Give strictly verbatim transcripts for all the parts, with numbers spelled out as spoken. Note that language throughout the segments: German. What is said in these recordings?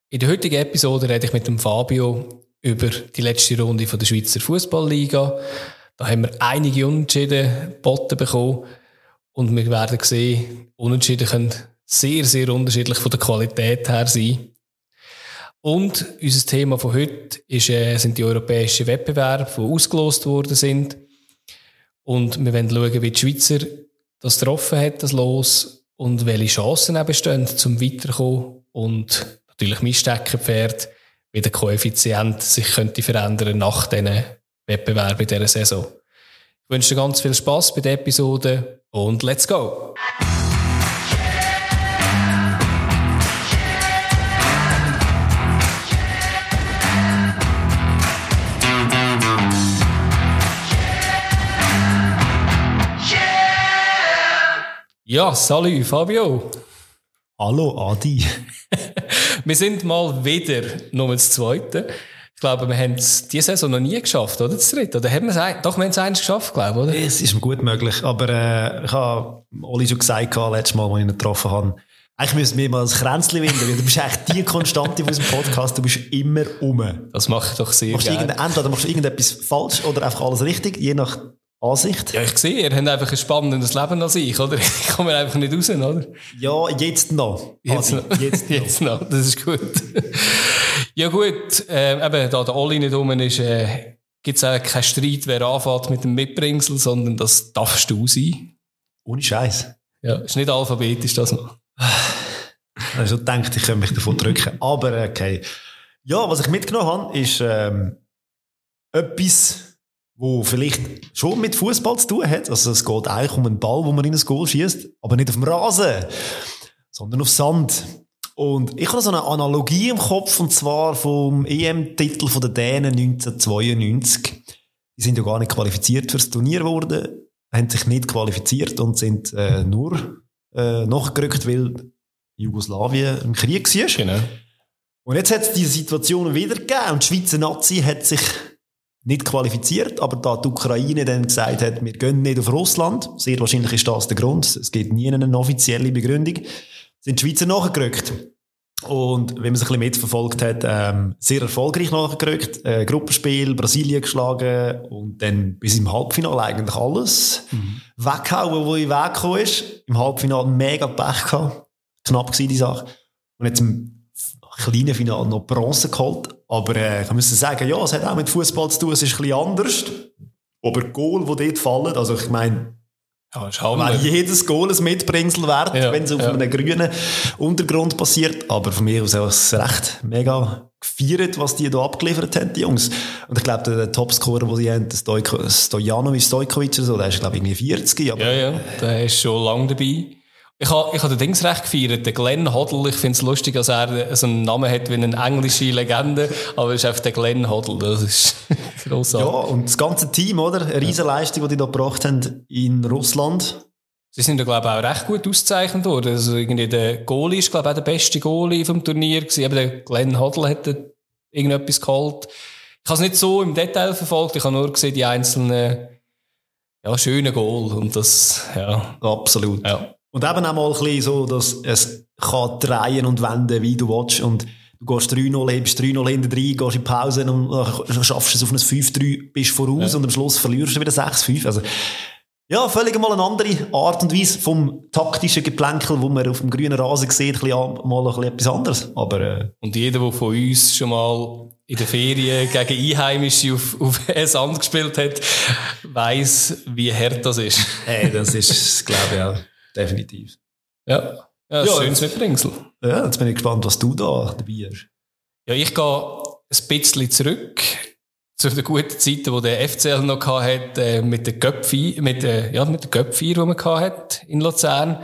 In der heutigen Episode rede ich mit dem Fabio über die letzte Runde von der Schweizer Fußballliga. Da haben wir einige Unentschieden geboten bekommen und wir werden sehen, Unentschieden können sehr, sehr unterschiedlich von der Qualität her sein. Und unser Thema von heute ist, äh, sind die europäischen Wettbewerbe, die ausgelost worden sind. Und wir wollen schauen, wie die Schweizer das getroffen hat, das Los, und welche Chancen auch bestehen, zum Weiterkommen. Und natürlich mein Steckenpferd, wie der Koeffizient sich könnte verändern nach diesen Wettbewerben in dieser Saison. Ich wünsche dir ganz viel Spass bei der Episode und let's go! Ja, salut Fabio. Hallo Adi. Wir sind mal wieder Nummer das Zweite. Ich glaube, wir haben es diese Saison noch nie geschafft, oder? Das Dritte. Oder haben wir es, doch, wir haben es eins geschafft, glaube ich, oder? Es ist mir gut möglich. Aber äh, ich habe Oli schon gesagt, letztes Mal, als ich ihn getroffen habe, eigentlich müssen wir mal ein Kränzchen winden, weil du bist eigentlich die Konstante von unserem Podcast, du bist immer um. Das mache ich doch sehr machst gerne. Entweder machst du irgendetwas falsch oder einfach alles richtig, je nach Ansicht. Ja, ich sehe, ihr habt einfach ein spannendes Leben als ich, oder? Ich komme einfach nicht raus, oder? Ja, jetzt noch. Jetzt, Adi, noch. jetzt, jetzt noch. Das ist gut. Ja gut, äh, eben, da der Oli nicht rum ist, äh, gibt es auch keinen Streit, wer anfängt mit dem Mitbringsel, sondern das darfst du sein. Ohne Scheiß. Ja, ist nicht alphabetisch, das noch. Also denkt, ich könnte mich davon drücken. Aber okay. Ja, was ich mitgenommen habe, ist ähm, etwas, wo vielleicht schon mit Fußball zu tun hat. Also es geht eigentlich um einen Ball, wo man in ein Goal schießt, aber nicht auf dem Rasen, sondern auf Sand. Und ich habe so eine Analogie im Kopf, und zwar vom E M-Titel der Dänen neunzehnhundertzweiundneunzig. Die sind ja gar nicht qualifiziert fürs Turnier geworden, haben sich nicht qualifiziert und sind äh, nur äh, nachgerückt, weil Jugoslawien im Krieg war. Genau. Und jetzt hat es diese Situation wieder gegeben und die Schweizer Nazi hat sich nicht qualifiziert, aber da die Ukraine dann gesagt hat, wir gehen nicht auf Russland, sehr wahrscheinlich ist das der Grund, es gibt nie eine offizielle Begründung, sind die Schweizer nachgerückt. Und wenn man sich ein bisschen mitverfolgt hat, ähm, sehr erfolgreich nachgerückt, äh, Gruppenspiel, Brasilien geschlagen und dann bis im Halbfinale eigentlich alles mhm. weggehauen, wo in den Weg gekommen ist. Im Halbfinale mega Pech gehabt, knapp gewesen die Sache. Und jetzt im kleinen Finale noch Bronze geholt. Aber äh, ich muss sagen, ja, es hat auch mit Fußball zu tun, es ist ein bisschen anders. Aber Goal, die dort fallen, also ich meine, ja, wäre jedes Goal ein Mitbringsel wert, ja, wenn es auf ja. einem grünen Untergrund passiert. Aber von mir aus habe ich es recht mega gefeiert, was die da abgeliefert haben, die Jungs. Und ich glaube, der, der Topscorer, den sie haben, der Stojko, Stojanovic Stojkovic oder so, der ist, glaube ich, irgendwie vierzig. Aber ja, ja, der ist schon lange dabei. Ich habe ich ha den Dings recht gefeiert, den Glenn Hoddle. Ich finde es lustig, dass er so einen Namen hat wie eine englische Legende, aber es ist einfach der Glenn Hoddle. Das ist grossartig. Ja, und das ganze Team, oder? Eine Riesenleistung, die die da gebracht haben in Russland. Sie sind ja, glaube ich, auch recht gut ausgezeichnet worden. Also irgendwie der Goalie ist, glaube ich, auch der beste Goalie vom Turnier gewesen. Aber der Glenn Hoddle hat irgendetwas geholt. Ich habe es nicht so im Detail verfolgt. Ich habe nur gesehen, die einzelnen, ja, schönen Goal. Und das, ja. Absolut. Ja. Und eben auch mal ein bisschen so, dass es kann drehen und wenden, wie du willst. Und du gehst drei null, hebst drei null hinten rein, gehst in die Pause und dann schaffst du es auf ein fünf drei, bist voraus ja. Und am Schluss verlierst du wieder sechs fünf. Also, ja, völlig mal eine andere Art und Weise vom taktischen Geplänkel, wo man auf dem grünen Rasen sieht, ein bisschen, mal ein bisschen etwas anderes. Aber, äh, und jeder, der von uns schon mal in der Ferien gegen Einheimische auf, auf Sand gespielt hat, weiss, wie hart das ist. Hey, das ist, glaube ich, auch. Definitiv. Ja, ja, ja schönes Mitbringsel. Ja, jetzt bin ich gespannt, was du da dabei hast. Ja, ich gehe ein bisschen zurück zu den guten Zeiten, die der F C L noch hatte, äh, mit der Göpfi, mit der, ja, mit der Göpfi, die man hatte in Luzern.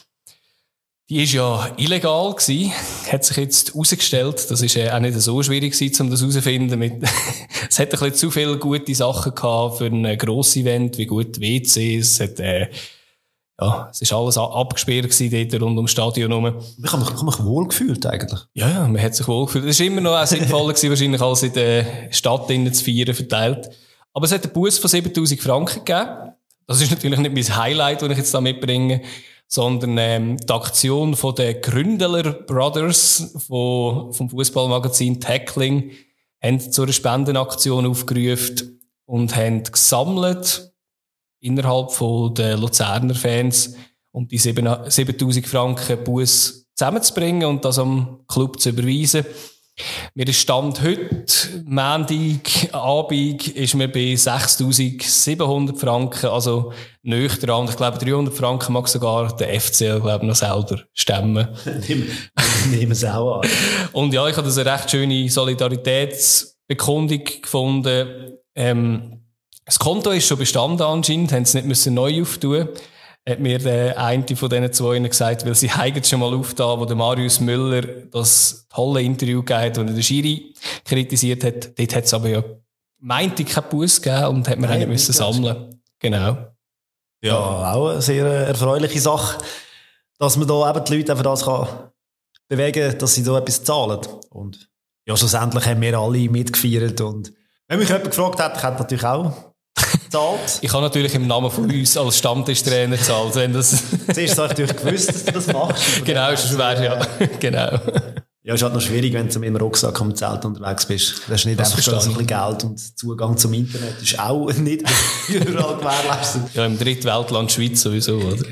Die ist ja illegal gewesen, hat sich jetzt herausgestellt. Das ist äh, auch nicht so schwierig gewesen, um das herauszufinden. Mit es hat ein bisschen zu viele gute Sachen gehabt für ein grosses Event, wie gut W Cs, es hat, äh, ja, es ist alles abgesperrt gewesen dort rund ums Stadion herum. Ich habe mich, mich wohl gefühlt, eigentlich. Ja, ja, man hat sich wohl gefühlt. Es ist immer noch auch sinnvoller gewesen, wahrscheinlich als in der Stadt innen zu feiern verteilt. Aber es hat einen Bus von siebentausend Franken gegeben. Das ist natürlich nicht mein Highlight, das ich jetzt da mitbringe. sondern ähm, die Aktion von den Gründeler Brothers von, vom Fußballmagazin Tackling haben zu einer Spendenaktion aufgerufen und haben gesammelt innerhalb von der Luzerner Fans, um die siebentausend Franken Buß zusammenzubringen und das am Club zu überweisen. Mir ist Stand heute, Montag, Abend, ist mir bei sechstausendsiebenhundert Franken, also näher dran. Ich glaube, dreihundert Franken mag sogar der F C L, glaube ich, noch selber stemmen. Nehmen es auch an. Und ja, ich habe das eine recht schöne Solidaritätsbekundung gefunden. Ähm, das Konto ist schon bestanden anscheinend, haben es nicht müssen neu auftun. Hat mir der eine von diesen zwei gesagt, weil sie eigentlich schon mal aufgetan, wo der Marius Müller das tolle Interview gegeben hat, wo er den Schiri kritisiert hat. Dort hat es aber ja, meinte ich, keinen Buß gegeben und hat man auch nicht müssen sammeln. Genau. Ja, auch eine sehr erfreuliche Sache, dass man da eben die Leute einfach das kann bewegen kann, dass sie da etwas zahlen. Und ja, schlussendlich haben wir alle mitgefeiert. Und wenn mich jemand gefragt hat, ich hätte natürlich auch zahlt. Ich habe natürlich im Namen von uns als Stammtischtrainer gezahlt. Wenn das Zuerst habe ich natürlich gewusst, dass du das machst. Genau, ist schwer, ja. Genau. Ja, es ist halt noch schwierig, wenn du mit dem Rucksack am Zelt unterwegs bist. Das ist nicht das einfach so ein bisschen Geld und Zugang zum Internet ist auch nicht überall gewährleistet. Ja, im Drittweltland Schweiz sowieso, oder?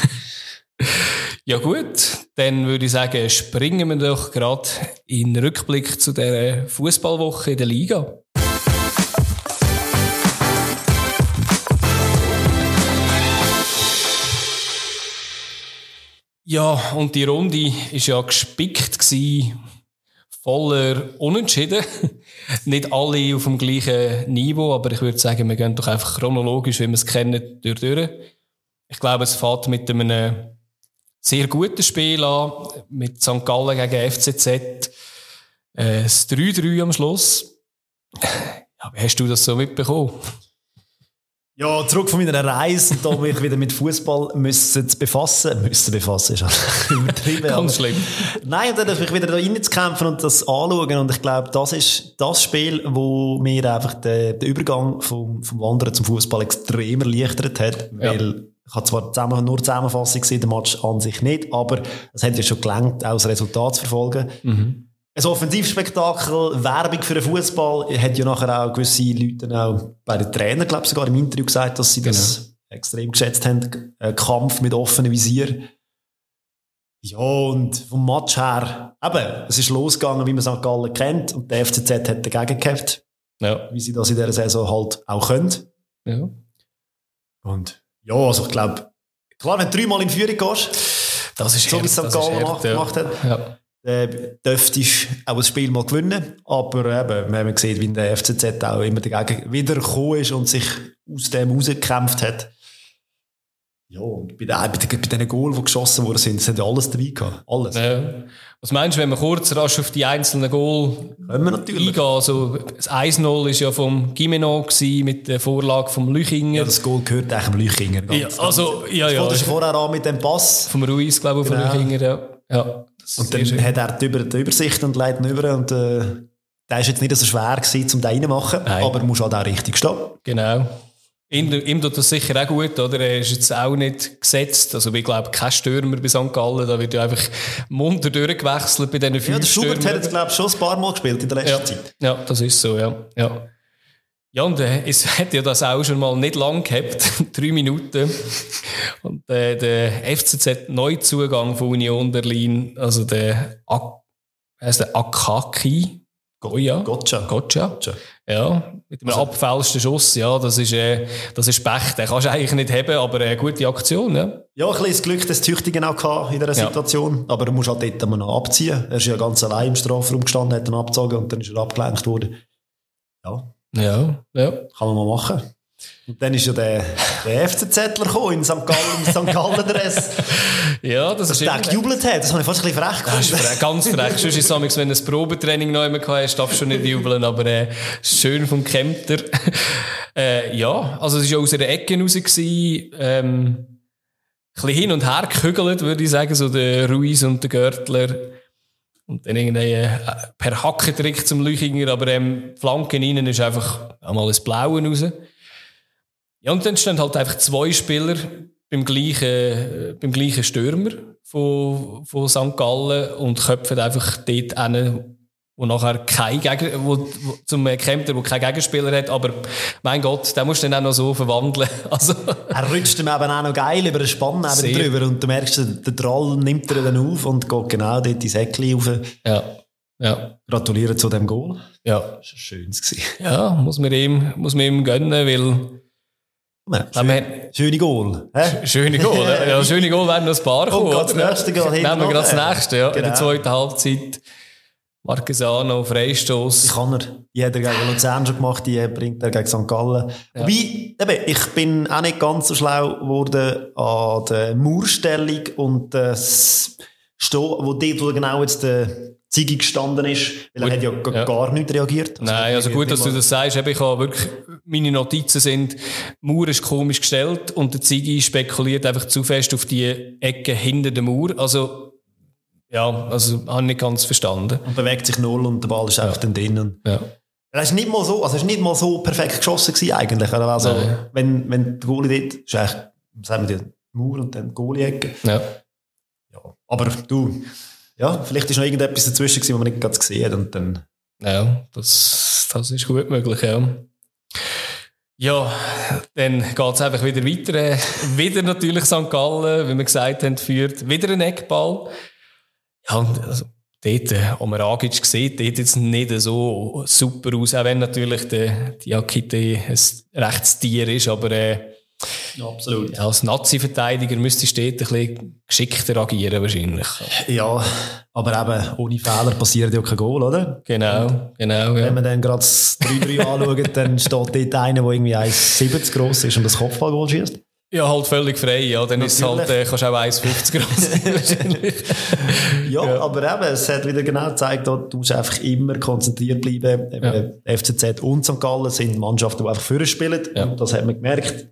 Ja gut, dann würde ich sagen, springen wir doch gerade in den Rückblick zu der Fußballwoche in der Liga. Ja, und die Runde war ja gespickt gewesen, voller Unentschieden. Nicht alle auf dem gleichen Niveau, aber ich würde sagen, wir gehen doch einfach chronologisch, wie wir es kennen, durch, durch. Ich glaube, es fängt mit einem sehr guten Spiel an, mit Sankt Gallen gegen F C Z. Äh, das drei drei am Schluss. Ja, wie hast du das so mitbekommen? Ja, zurück von meiner Reise und da mich wieder mit Fußball müssen zu befassen. Müssen befassen ist halt übertrieben. Ganz schlimm. Nein, und dann mich wieder da reinzukämpfen und das anschauen. Und ich glaube, das ist das Spiel, wo mir einfach den, den Übergang vom, vom Wandern zum Fußball extrem erleichtert hat. Ja. Weil ich habe zwar zusammen, nur Zusammenfassung gesehen, der Match an sich nicht, aber es hat ja schon gelangt, auch das Resultat zu verfolgen. Mhm. Ein Offensivspektakel, Werbung für den Fußball, hat ja nachher auch gewisse Leute auch bei den Trainern, glaube ich, sogar im Interview gesagt, dass sie genau. das extrem geschätzt haben. Ein Kampf mit offenem Visier. Ja, und vom Match her, eben, es ist losgegangen, wie man Sankt Gallen kennt, und der F C Z hat dagegen gehabt. Ja. Wie sie das in dieser Saison halt auch können. Ja. Und, ja, also ich glaube, klar, wenn du dreimal in Führung gehst, das ist so wie es Sankt Gallen gemacht, ja. gemacht hat, ja. Äh, dürftest auch das Spiel mal gewinnen, aber eben, wir haben gesehen, wie der F C Z auch immer dagegen wieder gekommen ist und sich aus dem rausgekämpft hat. Ja, und bei, den, bei, den, bei den Goals, die geschossen worden sind, sind ja alles dabei gehabt. Alles. Ja. Was meinst du, wenn wir kurz rasch auf die einzelnen Goals eingehen? Also, das eins null war ja vom Gimeno mit der Vorlage vom Lüchinger. Ja, das Goal gehört eigentlich dem Lüchinger. Ja, also, ja, ja. Das vorher an mit dem Pass. Vom Ruiz, glaube ich, genau. Vom Lüchinger, ja. ja. Und dann hat er die, Über- die Übersicht und leitet ihn über und äh, der ist jetzt nicht so schwer gewesen, um den reinzumachen, aber du musst halt auch richtig stehen. Genau. Ihm, ihm tut das sicher auch gut, oder? Er ist jetzt auch nicht gesetzt. Also, ich glaube, kein Stürmer bei Sankt Gallen. Da wird ja einfach munter durchgewechselt bei diesen fünf Stürmern. Ja, der Schubert hat jetzt, glaube ich, schon ein paar Mal gespielt in der letzten ja. Zeit. Ja, das ist so, ja. Ja, ja und äh, es hat ja das auch schon mal nicht lang gehabt. Drei Minuten. Und äh, der F C Z-Neuzugang von Union Berlin, also der, Ak- heißt der Akaki. Goya. Gotcha. Gotcha. Gotcha. Ja, mit einem also, abgefälschten Schuss, ja, das ist, äh, das ist Pech. Den kannst du eigentlich nicht haben, aber eine gute Aktion, ja. Ja, ein bisschen das Glück des Tüchtigen auch gehabt in dieser ja. Situation. Aber du musst halt dort mal noch abziehen. Er ist ja ganz allein im Strafraum gestanden, hat dann abgezogen und dann ist er abgelenkt worden. Ja. Ja, ja. Kann man mal machen. Und dann ist ja der, der F C Zettler gekommen in Sankt Gallen, in Sankt Gallen-Dress. Ja, das dass ist der gejubelt hat, das habe ich fast ein bisschen frech gefunden. Das ist ganz frech. Sonst ist es, wenn du ein Probetraining noch immer hast, darfst du nicht jubeln, aber äh, schön vom Kempter. äh, ja, also es war ja aus einer Ecke raus, gewesen, ähm, ein bisschen hin und her gehügelt, würde ich sagen, so der Ruiz und der Görtler. Und dann irgendwie äh, per Hackentrick zum Lüchinger, aber ähm, Flanken innen ist einfach einmal das Blaue raus. Ja, und dann stehen halt einfach zwei Spieler beim gleichen, beim gleichen Stürmer von, von Sankt Gallen und köpfen einfach dort hin, wo nachher kein Gegen, wo, wo, zum Kämpfer, der keinen Gegenspieler hat, aber mein Gott, den musst du dann auch noch so verwandeln. Also. Er rutscht ihm eben auch noch geil über den Spann drüber und du merkst, der Drall nimmt er dann auf und geht genau dort ins Eckli rauf. Ja. Ja. Gratuliere zu dem Goal. Ja. Das war ein schönes gewesen. Ja, muss man ihm, muss man ihm gönnen, weil ja, schön, wir, schöne Goal. Hä? Schöne Goal, ja. ja. Schöne Goal werden noch ein paar kommen. Und das nächste Goal hinten. Nehmen wir gerade das nächste, ja. Genau. In der zweiten Halbzeit. Marquesano, Freistoß. Die kann er. Die hat er gegen Luzern schon gemacht, die bringt er gegen Sankt Gallen. Ja. Wobei, eben, ich bin auch nicht ganz so schlau geworden an der Mauerstellung und das Sto- wo dort, wo genau jetzt der Ziggy gestanden ist, weil er hat ja, ja gar nicht reagiert. Also Nein, also gut, dass du das sagst. Ich habe wirklich, meine Notizen sind, Mauer ist komisch gestellt und der Ziggy spekuliert einfach zu fest auf die Ecke hinter der Mauer. Also, ja, also, habe ich nicht ganz verstanden. Und bewegt sich null und der Ball ist einfach ja. dann drin. Und ja. Er ist nicht mal so, also, er ist nicht mal so perfekt geschossen gewesen, eigentlich. Also, wenn, wenn der Goalie dort, ist eigentlich, sagen wir, die Mauer und dann die Goalie-Ecke. Ja. Ja. Aber du, ja, vielleicht ist noch irgendetwas dazwischen gewesen, was man nicht ganz gesehen hat und dann. Ja, das, das ist gut möglich, ja. Ja, dann geht es einfach wieder weiter. Wieder natürlich Sankt Gallen, wie wir gesagt haben, führt wieder ein Eckball. Ja, also dort, wo man Agic sieht, dort jetzt nicht so super aus, auch wenn natürlich der Diakite ein rechtes Tier ist, aber äh, ja, absolut. Ja, als Nazi-Verteidiger müsstest du dort ein bisschen geschickter agieren wahrscheinlich. Ja, aber eben, ohne Fehler passiert ja kein Goal, oder? Genau, und genau. Ja. Wenn man dann gerade das drei drei anschaut, dann steht dort einer, der irgendwie eins siebzig gross ist und das Kopfballgoal schießt. Ja, halt völlig frei, ja. Dann ist es halt, äh, kannst du auch eins fünfzig groß wahrscheinlich. ja, ja, aber eben, es hat wieder genau gezeigt, du musst einfach immer konzentriert bleiben. Eben, ja. F C Z und Sankt Gallen sind Mannschaften, die einfach vorne spielen. Ja. Und das hat man gemerkt.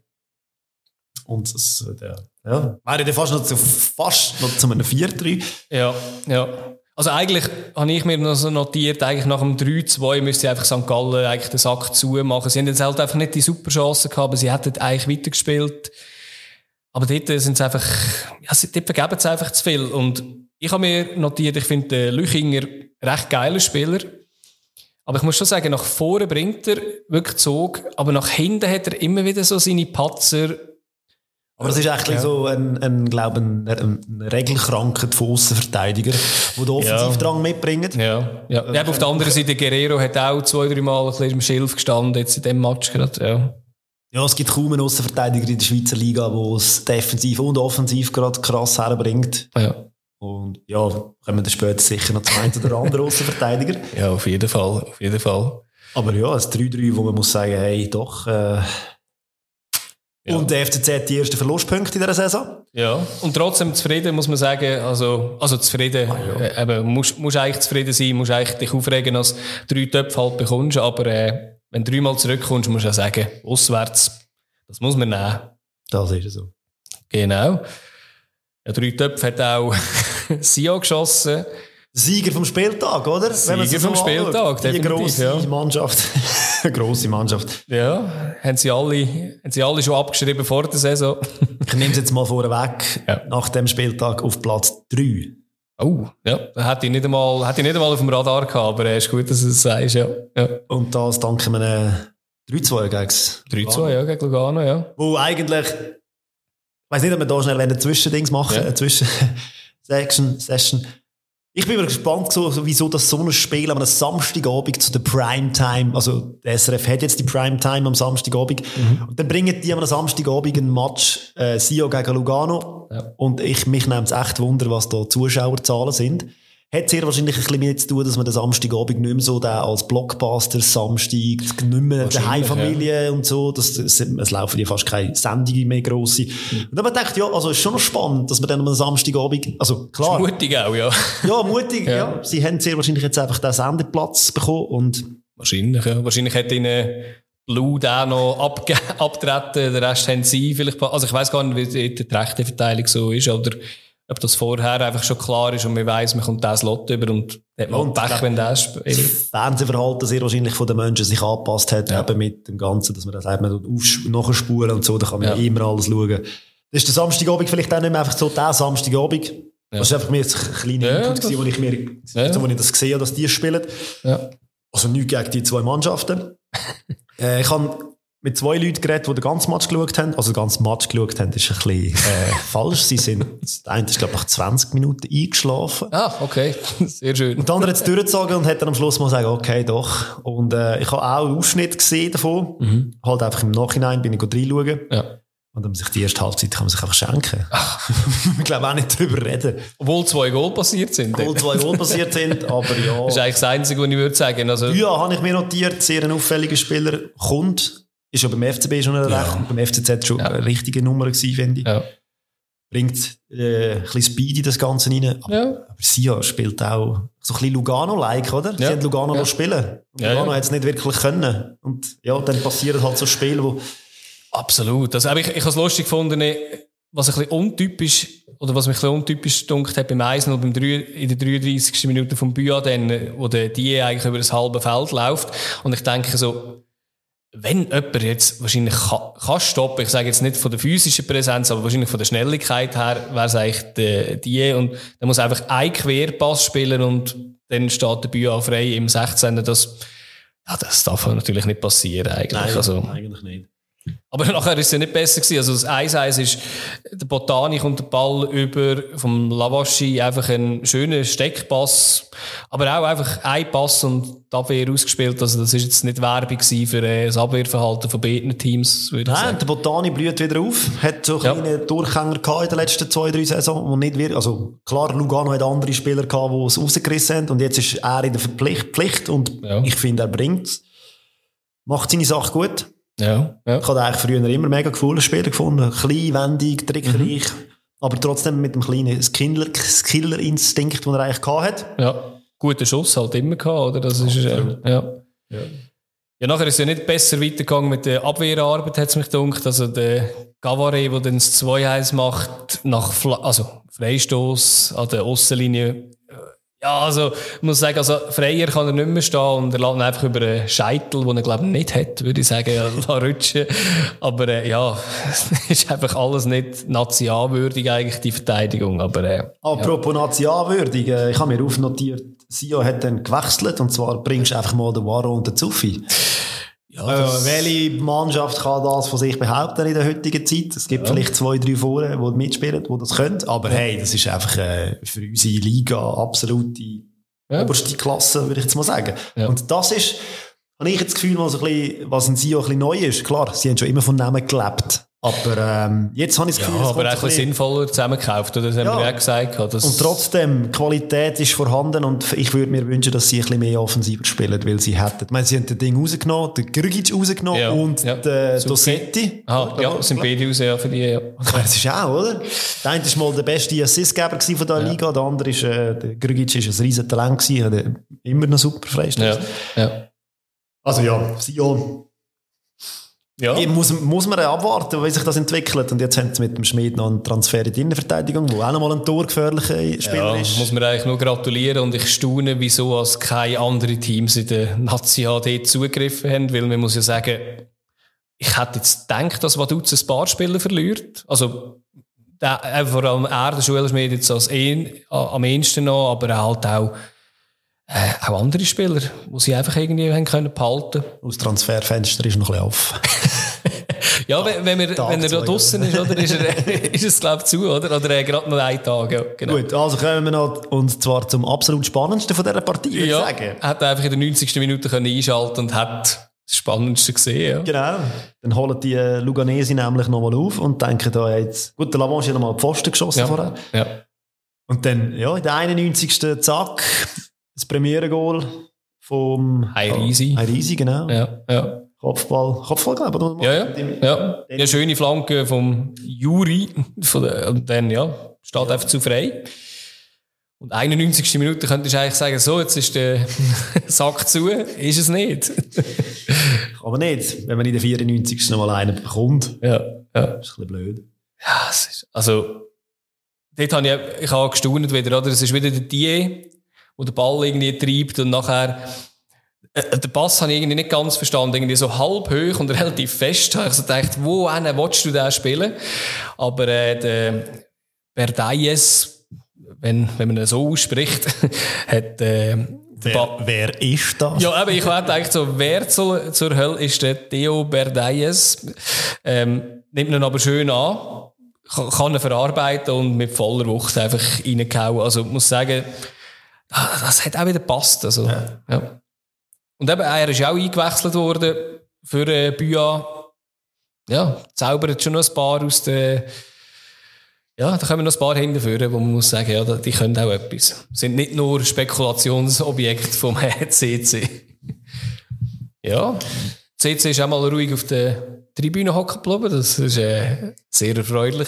Und das, ja, ja. wäre dann fast noch zu, fast noch zu einem vier drei. Ja, ja. Also eigentlich habe ich mir noch so notiert, eigentlich nach dem drei zwei müsste einfach Sankt Gallen eigentlich den Sack zumachen. Sie haben jetzt halt einfach nicht die super Chancen gehabt, aber sie hätten eigentlich weitergespielt. Aber dort sind sie einfach, ja, dort vergeben sie einfach zu viel. Und ich habe mir notiert, ich finde den Lüchinger recht geiler Spieler. Aber ich muss schon sagen, nach vorne bringt er wirklich Zug, aber nach hinten hat er immer wieder so seine Patzer. Aber das ist eigentlich ja. so ein, ein, glaube ein, ein Regelkrankheit von Aussenverteidiger, die den Offensivdrang ja. mitbringen. Ja, ja. ja auf der anderen Seite, Guerrero hat auch zwei, drei Mal ein bisschen im Schilf gestanden, jetzt in diesem Match gerade, ja. Ja, es gibt kaum einen Aussenverteidiger in der Schweizer Liga, der es defensiv und offensiv gerade krass herbringt. Ja. Und ja, kommen wir dann später sicher noch zum einen oder anderen Aussenverteidiger. Ja, auf jeden Fall, auf jeden Fall. Aber ja, ein drei drei, wo man muss sagen, hey, doch, äh, ja. Und der F C Z die ersten Verlustpunkte in dieser Saison. Ja, und trotzdem zufrieden, muss man sagen. Also, also zufrieden. Ah, ja. äh, eben, musst, musst eigentlich zufrieden sein, musst eigentlich dich aufregen, als drei Töpfe halt bekommst. Aber äh, wenn du dreimal zurückkommst, musst du ja sagen, auswärts, das muss man nehmen. Das ist so. Genau. Ja, drei Töpfe hat auch Sio geschossen. Sieger vom Spieltag, oder? Sieger so vom Spieltag, definitiv. Die grosse ja. Mannschaft. grosse Mannschaft. Ja, haben sie, alle, haben sie alle schon abgeschrieben vor der Saison. Ich nehme es jetzt mal vorweg. Ja. Nach dem Spieltag auf Platz drei. Oh, ja. Da hätte ich nicht einmal, hätte ich nicht einmal auf dem Radar gehabt, aber es ist gut, dass du es sagst, ja. ja. Und das dank einem drei zwei gegen drei zwei, ja, gegen Lugano, ja. Wo eigentlich, ich weiss nicht, ob wir da schnell eine Zwischendings machen, ja. eine Zwischensession, Session. Ich bin mir gespannt, so, wieso das so ein Spiel am Samstagabend zu der Primetime, also der S R F hat jetzt die Primetime am Samstagabend, mhm. und dann bringen die am Samstagabend ein Match äh, Sio gegen Lugano, ja. und ich, mich nimmt es echt Wunder, was da Zuschauerzahlen sind. Hat sehr wahrscheinlich ein bisschen mit zu tun, dass man den Samstagabend nicht mehr so den als Blockbuster Samstag, nicht mehr die Heimfamilie ja. und so, das, das, es laufen ja fast keine Sendungen mehr grosse. Mhm. Und dann habe ich gedacht, ja, also ist schon noch spannend, dass man dann am Samstagabend, also klar. Mutig auch, ja. Ja, mutig, ja. ja. Sie haben sehr wahrscheinlich jetzt einfach den Sendeplatz bekommen und. Wahrscheinlich, ja. Wahrscheinlich hat ihnen Blue da noch abge- abtreten, den Rest haben sie vielleicht, also ich weiss gar nicht, wie die rechte Verteilung so ist, oder ob das vorher einfach schon klar ist und man weiss, man kommt das Lot über und hat man Pech, wenn das spielt. Das Fernsehverhalten sehr wahrscheinlich von den Menschen sich angepasst hat, ja. eben mit dem Ganzen, dass man das sagt, man nachspulen und so, da kann man ja. immer alles schauen. Das ist der Samstagabend vielleicht auch nicht mehr einfach so der Samstagabend. Ja. Das war einfach mir jetzt ein kleiner ja, Input, gewesen, wo ich mir, ja. so, wo ich das gesehen habe, dass die spielen. Ja. Also nichts gegen die zwei Mannschaften. äh, ich habe mit zwei Leuten geredet, die den ganzen Match geschaut haben. Also den ganzen Match geschaut haben, ist ein bisschen äh, falsch. Sie sind, der eine ist, glaube ich, nach zwanzig Minuten eingeschlafen. Ah, okay. Sehr schön. Und der andere hat es durchgezogen und hat dann am Schluss mal gesagt, okay, doch. Und äh, ich habe auch einen Ausschnitt gesehen davon. Mhm. Halt einfach im Nachhinein bin ich reinschauen. Ja. Und dann sich die erste Halbzeit kann man sich einfach schenken. Ich glaube auch nicht drüber reden. Obwohl zwei Goal passiert sind. Obwohl zwei Goal passiert sind, aber ja. Das ist eigentlich das Einzige, was ich würde sagen. Also ja, habe ich mir notiert, sehr ein auffälliger Spieler kommt. Ist ja beim F C B schon eine ja. recht, beim F C Z schon ja. eine richtige Nummer gewesen, finde ich. Ja. Bringt äh, ein bisschen Speed in das Ganze rein. Aber, ja. aber Sia spielt auch so ein bisschen Lugano-like, oder? Sie ja. haben Lugano ja. spielen. Und ja, Lugano ja. hat es nicht wirklich können. Und ja, dann passieren halt so Spiele, wo absolut. Also, ich, ich habe es lustig gefunden, was ein bisschen untypisch, oder was mich ein bisschen untypisch gedunkt hat beim eins null, beim drei, in der dreiunddreißigsten Minute vom Büa, dann, wo der Die eigentlich über das halbe Feld läuft. Und ich denke so, wenn jemand jetzt wahrscheinlich kann, kann stoppen, ich sage jetzt nicht von der physischen Präsenz, aber wahrscheinlich von der Schnelligkeit her, wäre es eigentlich der Die. Und dann muss einfach ein Querpass spielen und dann steht der Büa frei im sechzehner. Das, ja, das darf natürlich nicht passieren, eigentlich. Nein, also, eigentlich nicht. Aber nachher ist es ja nicht besser gewesen. Also das eins eins ist, der Botani kommt den Ball über vom Lavaschi, einfach ein schöner Steckpass, aber auch einfach ein Pass und die Abwehr ausgespielt. Also das ist jetzt nicht Werbung gewesen für das Abwehrverhalten von beiden Teams, würde ich Nein, sagen. Der Botani blüht wieder auf, hat so ja. kleine Durchhänger gehabt in den letzten zwei, drei Saisons, wo nicht wir, also klar, Lugano hat andere Spieler gehabt, die es rausgerissen haben und jetzt ist er in der Pflicht und ja. ich finde, er bringt es. Macht seine Sache gut. Ja, ja. Ich habe eigentlich früher immer mega coole Spieler gefunden. Klein, wendig, trickreich. Mhm. Aber trotzdem mit einem kleinen Skiller-Instinkt, den er eigentlich hatte. Ja, guter Schuss halt immer gehabt, oder? Das ist, äh, ja. Ja. Ja, nachher ist es ja nicht besser weitergegangen mit der Abwehrarbeit, hat es mich gedacht. Also der Gavare, der dann das zwei eins macht, nach Fla- also Freistoß an der Aussenlinie. Ja, also, ich muss sagen, also, freier kann er nicht mehr stehen und er lässt einfach über einen Scheitel, den er, glaube ich, nicht hat, würde ich sagen, rutschen. Aber, äh, ja, es ist einfach alles nicht nazi-anwürdig, eigentlich, die Verteidigung, aber, äh, apropos ja. nazi-anwürdig, äh, ich habe mir aufnotiert, Sia hat dann gewechselt, und zwar bringst du einfach mal den Waro und den Zuffi. Ja, äh, welche Mannschaft kann das von sich behaupten in der heutigen Zeit? Es gibt ja. vielleicht zwei, drei Vorne, die mitspielen, die das können. Aber ja. hey, das ist einfach äh, für unsere Liga absolute ja. oberste Klasse, würde ich jetzt mal sagen. Ja. Und das ist, habe ich jetzt das Gefühl, was, ein bisschen, was in Sion ein bisschen neu ist. Klar, sie haben schon immer von Namen gelebt. Aber ähm, jetzt habe ich das Gefühl, ja, es aber auch ein bisschen sinnvoller zusammengekauft, oder? Das haben ja. wir ja gesagt. Das und trotzdem, Qualität ist vorhanden und ich würde mir wünschen, dass sie ein bisschen mehr offensiver spielen, weil sie hätten. Ich meine, sie haben den Ding rausgenommen, den Grgic rausgenommen ja. und ja. den Dossetti. Aha, ja, das sind beide raus, ja, für die. Ja. Das ist auch, oder? Der eine war mal der beste Assistgeber von der ja. Liga, der andere ist, äh, der Grgic ist ein riesen Talent gewesen, hat immer noch super Freistoß. Ja. Ja. Also ja, Sion. Ja. Muss, muss man abwarten, wie sich das entwickelt. Und jetzt haben sie mit dem Schmid noch einen Transfer in die Innenverteidigung, wo auch nochmal ein torgefährlicher Spieler ja, ist. Muss man eigentlich nur gratulieren und ich staune, wieso als keine anderen Teams in der Nazi H D zugegriffen haben, weil man muss ja sagen, ich hätte jetzt gedacht, dass Vaduz ein paar Spieler verliert. Also, der, äh, vor allem er, der Schulschmied, jetzt als ein, am ehesten noch, aber halt auch Äh, auch andere Spieler, die sie einfach irgendwie haben können behalten. Das Transferfenster ist noch ein bisschen offen. Ja, wenn, wenn, wir, wenn er da draussen ist, oder, ist, er, ist es, glaube ich, zu, oder? Oder äh, gerade noch einen Tag, ja, genau. Gut, also kommen wir noch, und zwar zum absolut spannendsten von dieser Partie, würde ja, ich sagen. Er hat einfach in der neunzigsten Minute können einschalten und hat das Spannendste gesehen, ja. Genau. Dann holen die Luganesi nämlich nochmal auf und denken da jetzt, gut, der Lavange hat nochmal die Pfosten geschossen ja. vorher. Ja. Und dann, ja, in der einundneunzigsten zack, das Premiere-Goal vom Heirisi. Heirisi, genau. Ja, ja. Kopfball, Kopfball, glaube ich. Ja, ja. ja. Eine schöne Flanke vom Juri. Von der, und dann, ja, steht ja. einfach zu frei. Und einundneunzigste Minute könntest du eigentlich sagen, so, jetzt ist der Sack zu. Ist es nicht. Aber nicht, wenn man in der vierundneunzigsten noch mal einen bekommt. Ja, ja. Das ist ein bisschen blöd. Ja, es ist, also, dort habe ich, ich habe gestaunt wieder, oder? Es ist wieder der Die, der den Ball irgendwie treibt und nachher Den Pass habe ich irgendwie nicht ganz verstanden. Irgendwie so halb hoch und relativ fest. Ich so gedacht, wo willst du den spielen? Aber äh, der Berdayes, wenn, wenn man ihn so ausspricht, hat... Äh, wer, wer ist das? Ja, aber ich werde eigentlich so, wer zur, zur Hölle ist der Theo Berdayes? Ähm, nimmt ihn aber schön an, kann, kann ihn verarbeiten und mit voller Wucht einfach reingehauen. Also ich muss sagen, das hat auch wieder gepasst. Also, ja. Ja. Und eben, er ist auch eingewechselt worden für äh, Buja. Ja, zaubert schon noch ein paar aus der... Ja, da kommen noch ein paar hinterführen, wo man muss sagen, ja, die können auch etwas. Sind nicht nur Spekulationsobjekte vom C C. Ja, C C ist auch mal ruhig auf der Tribüne hocken geblieben. Das war äh, sehr erfreulich.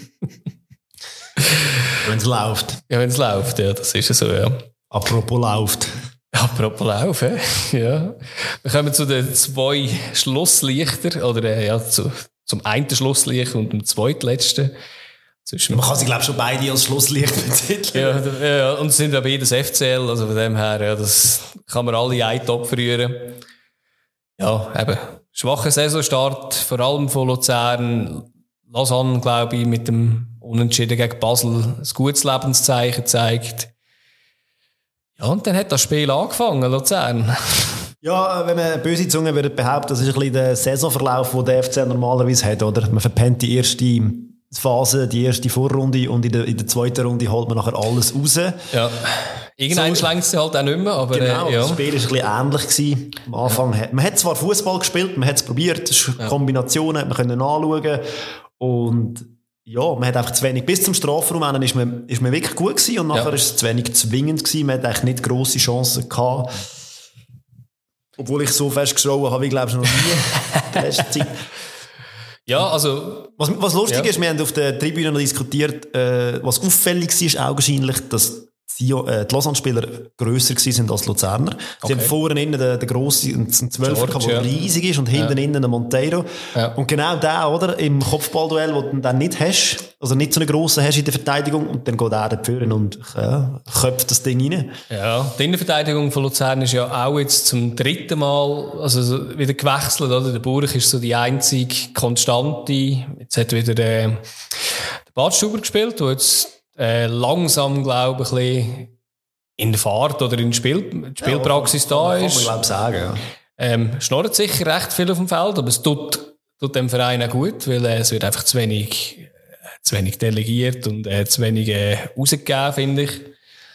Wenn es läuft. Ja, wenn es läuft, ja, das ist so, ja. Apropos läuft. Apropos laufen, ja. Wir kommen zu den zwei Schlusslichter, oder äh, ja, zu, zum einen Schlusslicht und dem zweitletzten. Zwischen Man kann sie, glaube ich, schon beide als Schlusslichter betiteln. Ja, ja, und es sind ja beides F C L, also von dem her, ja, das kann man alle in einen Topf rühren. Ja, eben, schwacher Saisonstart, vor allem von Luzern. Lausanne, glaube ich, mit dem Unentschieden gegen Basel ein gutes Lebenszeichen gezeigt. Ja, und dann hat das Spiel angefangen, Luzern. Ja, wenn man böse Zungen würde behaupten, das ist ein bisschen der Saisonverlauf, den der F C normalerweise hat, oder? Man verpennt die erste Phase, die erste Vorrunde und in der, in der zweiten Runde holt man nachher alles raus. Ja. Irgendwann so, schlägt es halt auch nicht mehr, aber genau, äh, ja. Das Spiel war ein bisschen ähnlich gewesen. Am Anfang ja. hat, man hat zwar Fußball gespielt, man hat es probiert, ja. Kombinationen hat man können anschauen und ja, man hat einfach zu wenig, bis zum Strafraum hin ist man, ist man wirklich gut gewesen und nachher ja. ist es zu wenig zwingend gewesen, man hat eigentlich nicht grosse Chancen gehabt. Obwohl ich so fest geschrauen habe, wie glaube ich noch nie in der letzten Zeit. Ja, also... Was, was lustig ja. ist, wir haben auf der Tribüne noch diskutiert, äh, was auffällig war, ist augenscheinlich, dass die, äh, die Lausanne-Spieler grösser waren als die Luzerner. Sie okay. haben vorne innen den, den grossen, einen Zwölfer, der ja. riesig ist, und hinten ja. innen einen Monteiro. Ja. Und genau der, oder, im Kopfballduell, wo du dann nicht hast, also nicht so einen grossen hast in der Verteidigung, und dann geht er da vorne und ja, köpft das Ding rein. Ja, die Innenverteidigung von Luzern ist ja auch jetzt zum dritten Mal also wieder gewechselt, oder? Der Burg ist so die einzige Konstante. Jetzt hat wieder äh, der Badstuber gespielt, der jetzt Äh, langsam, glaube ich, ein bisschen in der Fahrt oder in der Spiel- Spielpraxis ja, da ist. Kann man, glaube ich, sagen, ja. Ähm, schnurrt sicher recht viel auf dem Feld, aber es tut, tut dem Verein auch gut, weil äh, es wird einfach zu wenig, äh, zu wenig delegiert und äh, zu wenig äh, rausgegeben, finde ich.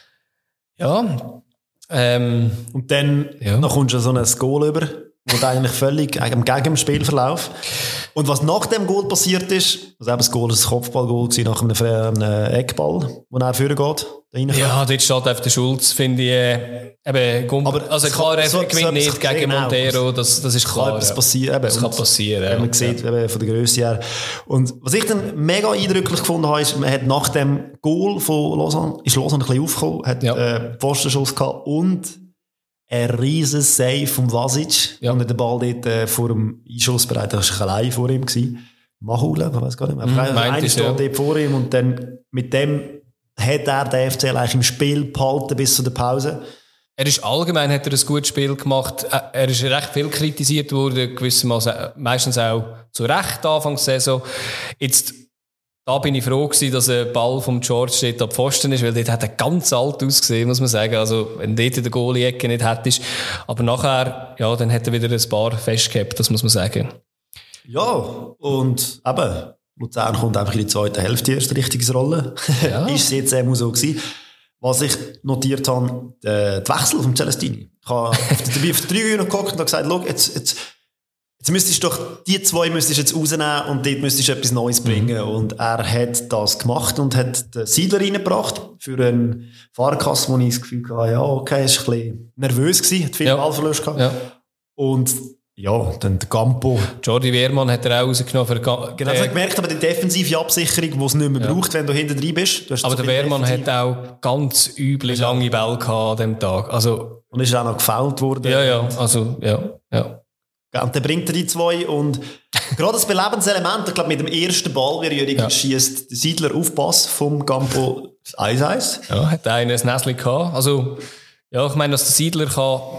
Ja. Ähm, und dann, ja. dann kommst du so ein Goal über, wo eigentlich völlig gegen dem Spielverlauf. Und was nach dem Goal passiert ist, also eben das Goal ist ein Kopfballgoal nach einem, einem Eckball, wo er vorne geht. Ja, dort steht einfach der Schulz, finde ich, äh, eben, Gump, aber also klar, er so, gewinnt so, nicht so, gegen genau, Montero, das, das ist klar. Das, passiert, eben, das kann passieren. Ja. Man sieht, ja. eben, von der Grösse her. Und was ich dann mega eindrücklich gefunden habe, ist, man hat nach dem Goal von Lausanne, ist Lausanne ein bisschen aufgekommen, hat ja. äh, Pfostenschuss gehabt und ein riesen Save vom Vasic. Ja. Und der Ball dort äh, vor dem Einschussbereit, das war allein vor ihm gewesen. Machule, ich weiß gar nicht mehr. Mm, einer steht ja. dort vor ihm und dann mit dem hat er den F C L eigentlich im Spiel behalten bis zu der Pause. Er ist allgemein, hat er ein gutes Spiel gemacht. Er ist recht viel kritisiert worden, gewissermaßen, meistens auch zu Recht Anfang der Saison. Jetzt, da bin ich froh gewesen, dass ein Ball vom George dort am Pfosten ist, weil dort hat er ganz alt ausgesehen, muss man sagen. Also, wenn dort in der Goalie-Ecke nicht hättest. Aber nachher, ja, dann hat er wieder ein paar festgehabt, das muss man sagen. Ja, und eben, Luzern kommt einfach in die zweite Hälfte erst richtige Rolle. Ja. Ist es jetzt eben so gewesen. Was ich notiert habe, der Wechsel von Celestini. Ich habe auf der Tribüne geguckt und habe gesagt, schau, jetzt, jetzt, jetzt müsstest du doch, die zwei müsstest du jetzt rausnehmen und dort müsstest du etwas Neues bringen. Mhm. Und er hat das gemacht und hat den Siedler reingebracht für einen Fahrkasten, wo ich das Gefühl hatte, ja, okay, ist ein bisschen nervös gewesen, hat viel ja. Ballverlust gehabt. Ja. Und ja, dann der Campo. Jordi Wehrmann hat er auch rausgenommen. Für genau, das habe ich gemerkt, aber die defensive Absicherung, die es nicht mehr ja. braucht, wenn du hinten drin bist. Aber so der Wehrmann hat auch ganz üble ja. lange Bälle gehabt an diesem Tag. Also, und ist auch noch gefällt worden. Ja, ja, also, ja, ja. Und dann bringt er die zwei und gerade das Belebenselement, ich glaube, mit dem ersten Ballberührung ja. schießt der Siedler auf Pass vom Campo eins eins. Ja, hat einer ein Näschen gehabt. Also, ja, ich meine, dass der Siedler kann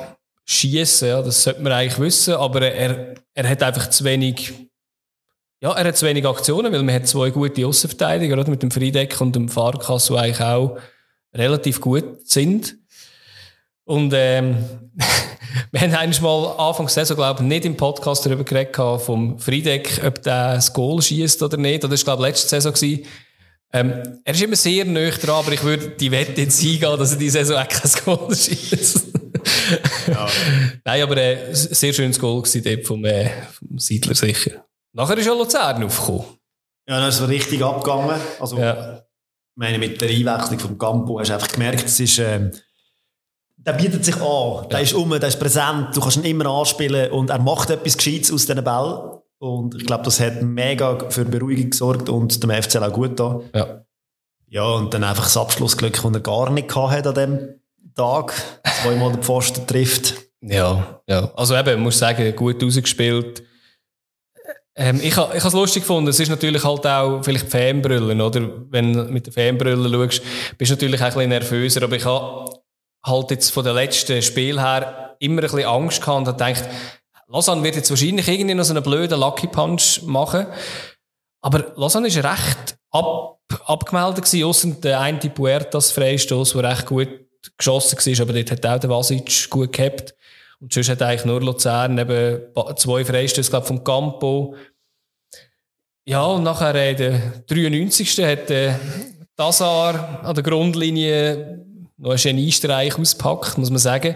schiessen, ja, das sollte man eigentlich wissen, aber er, er hat einfach zu wenig, ja, er hat zu wenig Aktionen, weil man hat zwei gute Aussenverteidiger, oder, mit dem Friedeck und dem Farkas, die eigentlich auch relativ gut sind. Und ähm, wir haben eigentlich mal Anfang der Saison, glaube ich, nicht im Podcast darüber geredet, vom Friedeck, ob der ein Goal schießt oder nicht. Oder das war, glaube ich, letzte Saison gewesen. Ähm, er ist immer sehr nahe dran, aber ich würde die Wette jetzt eingehen, dass er diese Saison auch kein Goal schießt. Ja. Nein, aber äh, ein sehr schönes Goal war dort vom, äh, vom Seidler sicher. Nachher ist ja Luzern aufgekommen. Ja, dann ist es richtig abgegangen. Also, ja. Ich meine, mit der Einwechslung vom Campo hast du einfach gemerkt, es ist, ähm, der bietet sich an, der ja. ist um, der ist präsent, du kannst ihn immer anspielen und er macht etwas Gescheites aus diesen Bällen. Und ich glaube, das hat mega für Beruhigung gesorgt und dem F C L auch gut da. Ja. Ja, und dann einfach das Abschlussglück, das er gar nicht hatte an dem Tag. Zweimal den Pfosten trifft. Ja, ja. Also eben, ich muss sagen, gut rausgespielt. Ähm, ich habe ich es lustig gefunden, es ist natürlich halt auch vielleicht Fanbrüllen, oder? Wenn du mit den Fanbrüllen schaust, bist du natürlich auch ein bisschen nervöser, aber ich habe halt jetzt von den letzten Spielen her immer ein bisschen Angst gehabt und habe gedacht, Lausanne wird jetzt wahrscheinlich irgendwie noch so einen blöden Lucky Punch machen. Aber Lausanne war recht ab, abgemeldet gewesen, ausser der eine Puertas-Freistoss, der recht gut geschossen war, aber dort hat auch der Vasic gut gehabt. Und sonst hat eigentlich nur Luzern eben zwei Freistöße, glaube ich, vom Campo. Ja, und nachher in der dreiundneunzigsten hat der Tassar an der Grundlinie noch einen Geniestreich ausgepackt, muss man sagen.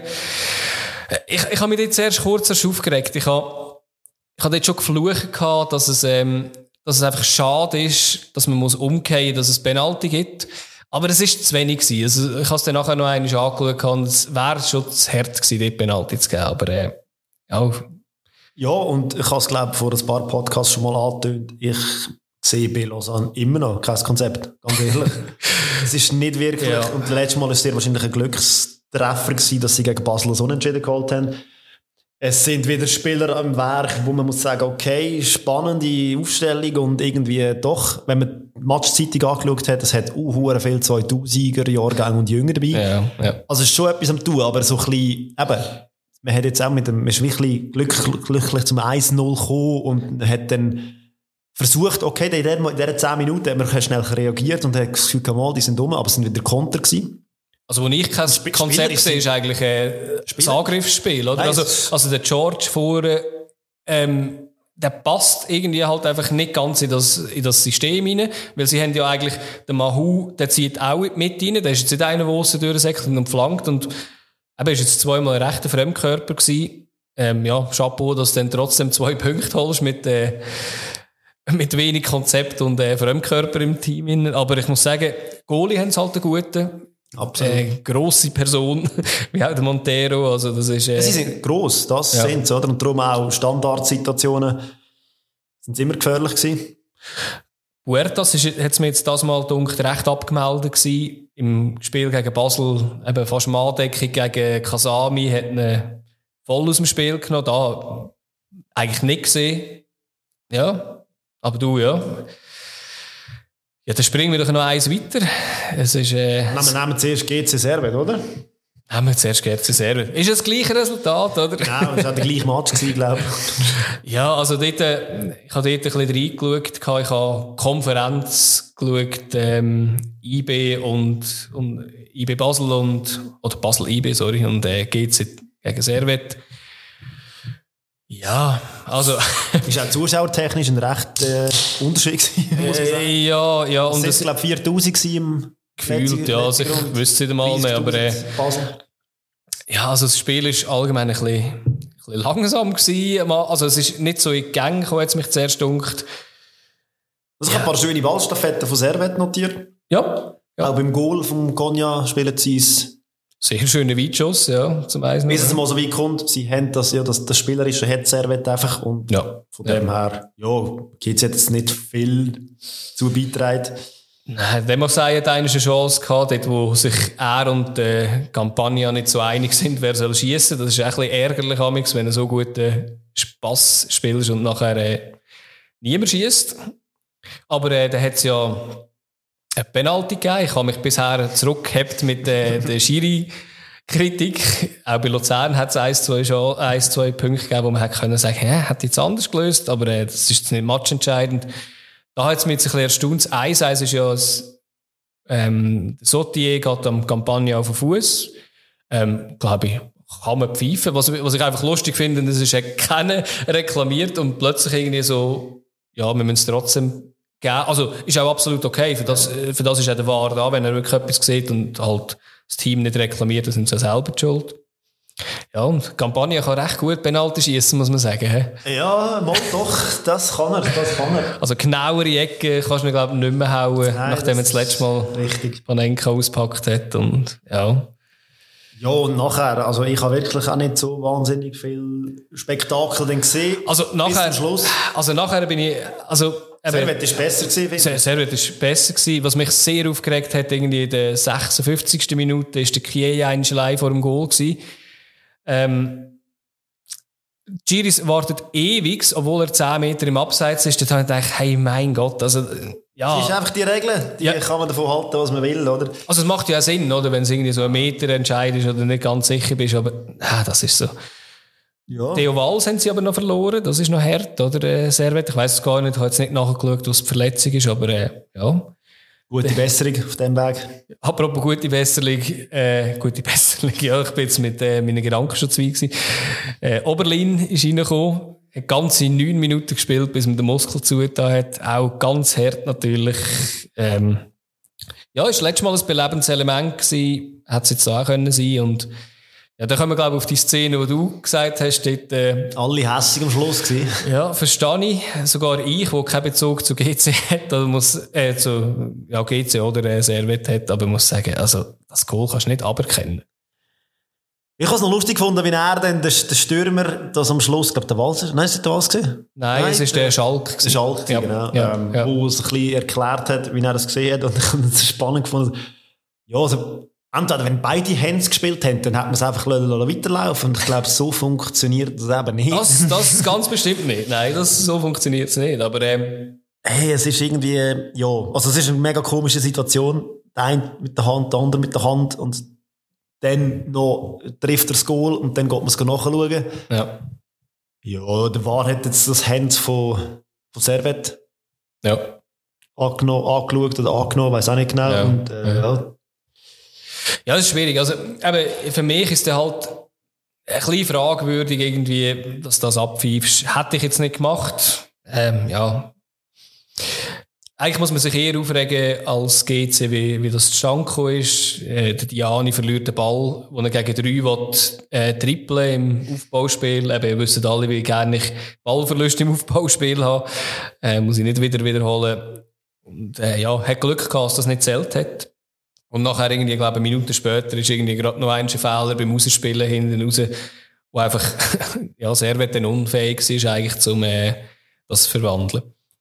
Ich, ich habe mich jetzt erst kurz erst aufgeregt. Ich habe, ich habe dort schon geflucht gehabt, dass es, ähm, dass es einfach schade ist, dass man muss umkehren, dass es Penalty gibt. Aber es ist zu wenig gewesen. Also, ich habe es dann nachher noch einmal angeschaut und es wäre schon zu hart gewesen, dort Penalty zu geben. Aber, äh, ja. Ja, und ich habe es, glaube ich, vor ein paar Podcasts schon mal angetönt. Ich sehe bei Lausanne immer noch kein Konzept. Ganz ehrlich. Es ist nicht wirklich. Ja. Und das letzte Mal war es sehr wahrscheinlich ein Glückstreffer gewesen, dass sie gegen Basel so unentschieden geholt haben. Es sind wieder Spieler am Werk, wo man muss sagen, okay, spannende Aufstellung und irgendwie doch, wenn man die Matchzeitung angeschaut hat, es hat uh, viel zweitausiger-Jahrgänge und Jünger dabei. Ja, ja. Also es ist schon etwas am tun, aber so ein bisschen, eben, man hat jetzt auch mit dem, man ist wirklich glücklich, glücklich zum eins null gekommen und hat dann versucht, okay, in diesen zehn Minuten hat man schnell reagiert und hat das Gefühl, mal, die sind dumm, aber es sind wieder Konter gewesen. Also, wo ich kein Sp- Konzept sehe, ist eigentlich äh, das Angriffsspiel, oder? Also, also der George vorne, ähm, der passt irgendwie halt einfach nicht ganz in das, in das System rein, weil sie haben ja eigentlich, der Mahu, der zieht auch mit rein, der ist jetzt nicht einer, der aussen durchsäckelt und flankt und eben ist jetzt zweimal ein rechter Fremdkörper gewesen. Ähm, ja, Chapeau, dass du dann trotzdem zwei Punkte holst mit, äh, mit wenig Konzept und äh, Fremdkörper im Team. Aber ich muss sagen, Goalie haben es halt einen guten. Absolut. Äh, grosse Person, wie auch der Montero, also das ist... Äh, sie sind gross, das ja. sind sie, oder? Und darum auch Standardsituationen sind immer gefährlich gewesen. Puertas hat es mir jetzt das Mal gedacht, recht abgemeldet gewesen. Im Spiel gegen Basel, eben fast Manndeckung gegen Kasami, hat ihn voll aus dem Spiel genommen, da eigentlich nicht gesehen. Ja, aber du, ja. Ja, dann springen wir doch noch eins weiter. Es ist, äh, Nehmen wir nehmen zuerst G C Servet, oder? Nehmen wir zuerst G C Servet. Ist das das gleiche Resultat, oder? Genau, es war der gleiche Match, glaube ich. Ja, also dort, äh, ich habe dort ein bisschen reingeschaut. Ich habe Konferenz geschaut, ähm, I B und, und I B Basel und, oder Basel I B, sorry, und äh, G C gegen Servet. Ja, also... ist auch zuschauertechnisch ein recht äh, Unterschied gewesen, muss man sagen. Äh, ja, ja. Und es waren, glaube ich, viertausend im... Gefühlt, ja, also ich wüsste es nicht mal mehr, aber... Äh, ja, also das Spiel ist allgemein ein bisschen, ein bisschen langsam gewesen. Also es ist nicht so in die Gänge gekommen, hat es mich zuerst gedacht. Also ich ja. habe ein paar schöne Ballstaffetten von Servet notiert. Ja. ja. Auch beim Goal vom Konya spielen sie es... Sehr schöne Weitschuss, ja, zum Eisen. Bis es mal so weit kommt, sie haben das, ja, das, das Spielerische hat Servet einfach und ja. von dem ja. her, ja, gibt es jetzt nicht viel zu beitragen. Nein, wenn man sagen, hat einer eine Chance gehabt, dort, wo sich er und äh, Campagna nicht so einig sind, wer soll schiessen. Das ist ein bisschen ärgerlich, amigs, wenn er so gut äh, Spass spielst und nachher äh, niemand schiesst. Aber äh, da hat es ja eine Penalty gegeben. Ich habe mich bisher zurückgehabt mit äh, der Schiri, Kritik. Auch bei Luzern hat es ein, zwei, schon, ein, zwei Punkte gegeben, wo man hätte können sagen, ja, hat jetzt anders gelöst, aber äh, das ist jetzt nicht matchentscheidend. Da hat es mich jetzt ein bisschen erstaunt. eins eins ist ja das, ähm, Sautier geht am Campagna auf den Fuß. Ähm, glaube ich, kann man pfeifen. Was, was ich einfach lustig finde, das ist, hat keiner reklamiert und plötzlich irgendwie so, ja, wir müssen es trotzdem geben. Also, ist auch absolut okay. Für das, für das ist auch der V A R da, wenn er wirklich etwas sieht und halt das Team nicht reklamiert, dann sind sie selber die schuld. Ja, und Campagna kann recht gut Penalty schießen, muss man sagen. He? Ja, mal doch, das kann er, das kann er. Also genauere Ecken kannst du, glaube ich, nicht mehr hauen, Nein, nachdem er das letzte Mal richtig Panenka ausgepackt hat. Und, ja. Ja, und nachher, also ich habe wirklich auch nicht so wahnsinnig viel Spektakel dann gesehen. Also nachher, bis zum Schluss. Also nachher bin ich, also Servet ist besser gewesen, finde ich. Servet ist besser gewesen. Was mich sehr aufgeregt hat, irgendwie in der sechsundfünfzigsten Minute, ist der Kie allein vor dem Goal gewesen. Ähm, Giris wartet ewig, obwohl er zehn Meter im Abseits ist. Da habe ich gedacht, hey, mein Gott, also, ja. Das ist einfach die Regel. Die ja. kann man davon halten, was man will, oder? Also, es macht ja auch Sinn, oder? Wenn es irgendwie so ein Meter entscheidest oder nicht ganz sicher bist, aber, ah, das ist so. Ja. Theo Wals haben sie aber noch verloren, das ist noch hart, oder? Äh, Servet, ich weiss es gar nicht, ich habe jetzt nicht nachgeschaut, was die Verletzung ist, aber, äh, ja. Gute Besserung auf dem Weg. Apropos gute Besserung, äh, gute Besserung, ja, ich bin jetzt mit äh, meinen Gedanken schon zwei gewesen. Äh, Oberlin ist reingekommen, hat ganze neun Minuten gespielt, bis man den Muskel zugetan hat. Auch ganz hart natürlich. Ähm, ja, ist letztes Mal ein belebendes Element gewesen, hätte es jetzt auch können sein und ja, da kommen wir, glaube ich, auf die Szene, die du gesagt hast. Dort, äh, alle hässig am Schluss gewesen. Ja, verstehe ich. Sogar ich, der keinen Bezug zu G C hat, oder muss, äh, zu, ja, G C oder äh, Servet hat, aber muss sagen, also, das Goal kannst du nicht aberkennen. Ich habe es noch lustig gefunden, wie er dann, der, der Stürmer, das am Schluss, ich glaube, der Walser, nein, ist das der Wals gewesen? Nein, Nein, es ist der Schalk. Der Schalk, ja, genau. Ja, ähm, ja. Wo es ein bisschen erklärt hat, wie er das gesehen hat, und ich habe es spannend gefunden. Ja, also, entweder, wenn beide Hands gespielt haben, dann hat man es einfach weiterlaufen und ich glaube, so funktioniert das eben nicht. Das, das ganz bestimmt nicht. Nein, das, so funktioniert es nicht. Aber, ähm, hey, es ist irgendwie, ja, also es ist eine mega komische Situation. Der eine mit der Hand, der andere mit der Hand und dann noch trifft er das Goal und dann geht man es nachschauen. Ja. Ja, der V A R hat jetzt das Hand von, von Servet ja. angenommen, angeschaut oder angenommen, weiss auch nicht genau. Ja. Und, äh, ja. ja. Ja, das ist schwierig. Also, eben, für mich ist der halt ein bisschen fragwürdig irgendwie, dass du das abpfeifst. Hätte ich jetzt nicht gemacht. Ähm, ja. Eigentlich muss man sich eher aufregen als G C, wie, wie das zustande gekommen ist. Äh, der Diani verliert den Ball, wo er gegen drei will, äh, trippeln im Aufbauspiel. Eben, ihr wisst alle, wie gerne ich Ballverluste im Aufbauspiel habe. Äh, muss ich nicht wieder wiederholen. Und, äh, ja, hat Glück gehabt, dass das nicht zählt hat. Und nachher irgendwie, glaube ich, eine Minute später ist irgendwie gerade noch ein Fehler beim Rausspielen hinten raus, wo einfach, ja, Servet dann unfähig ist, eigentlich, zum, äh, das zu verwandeln.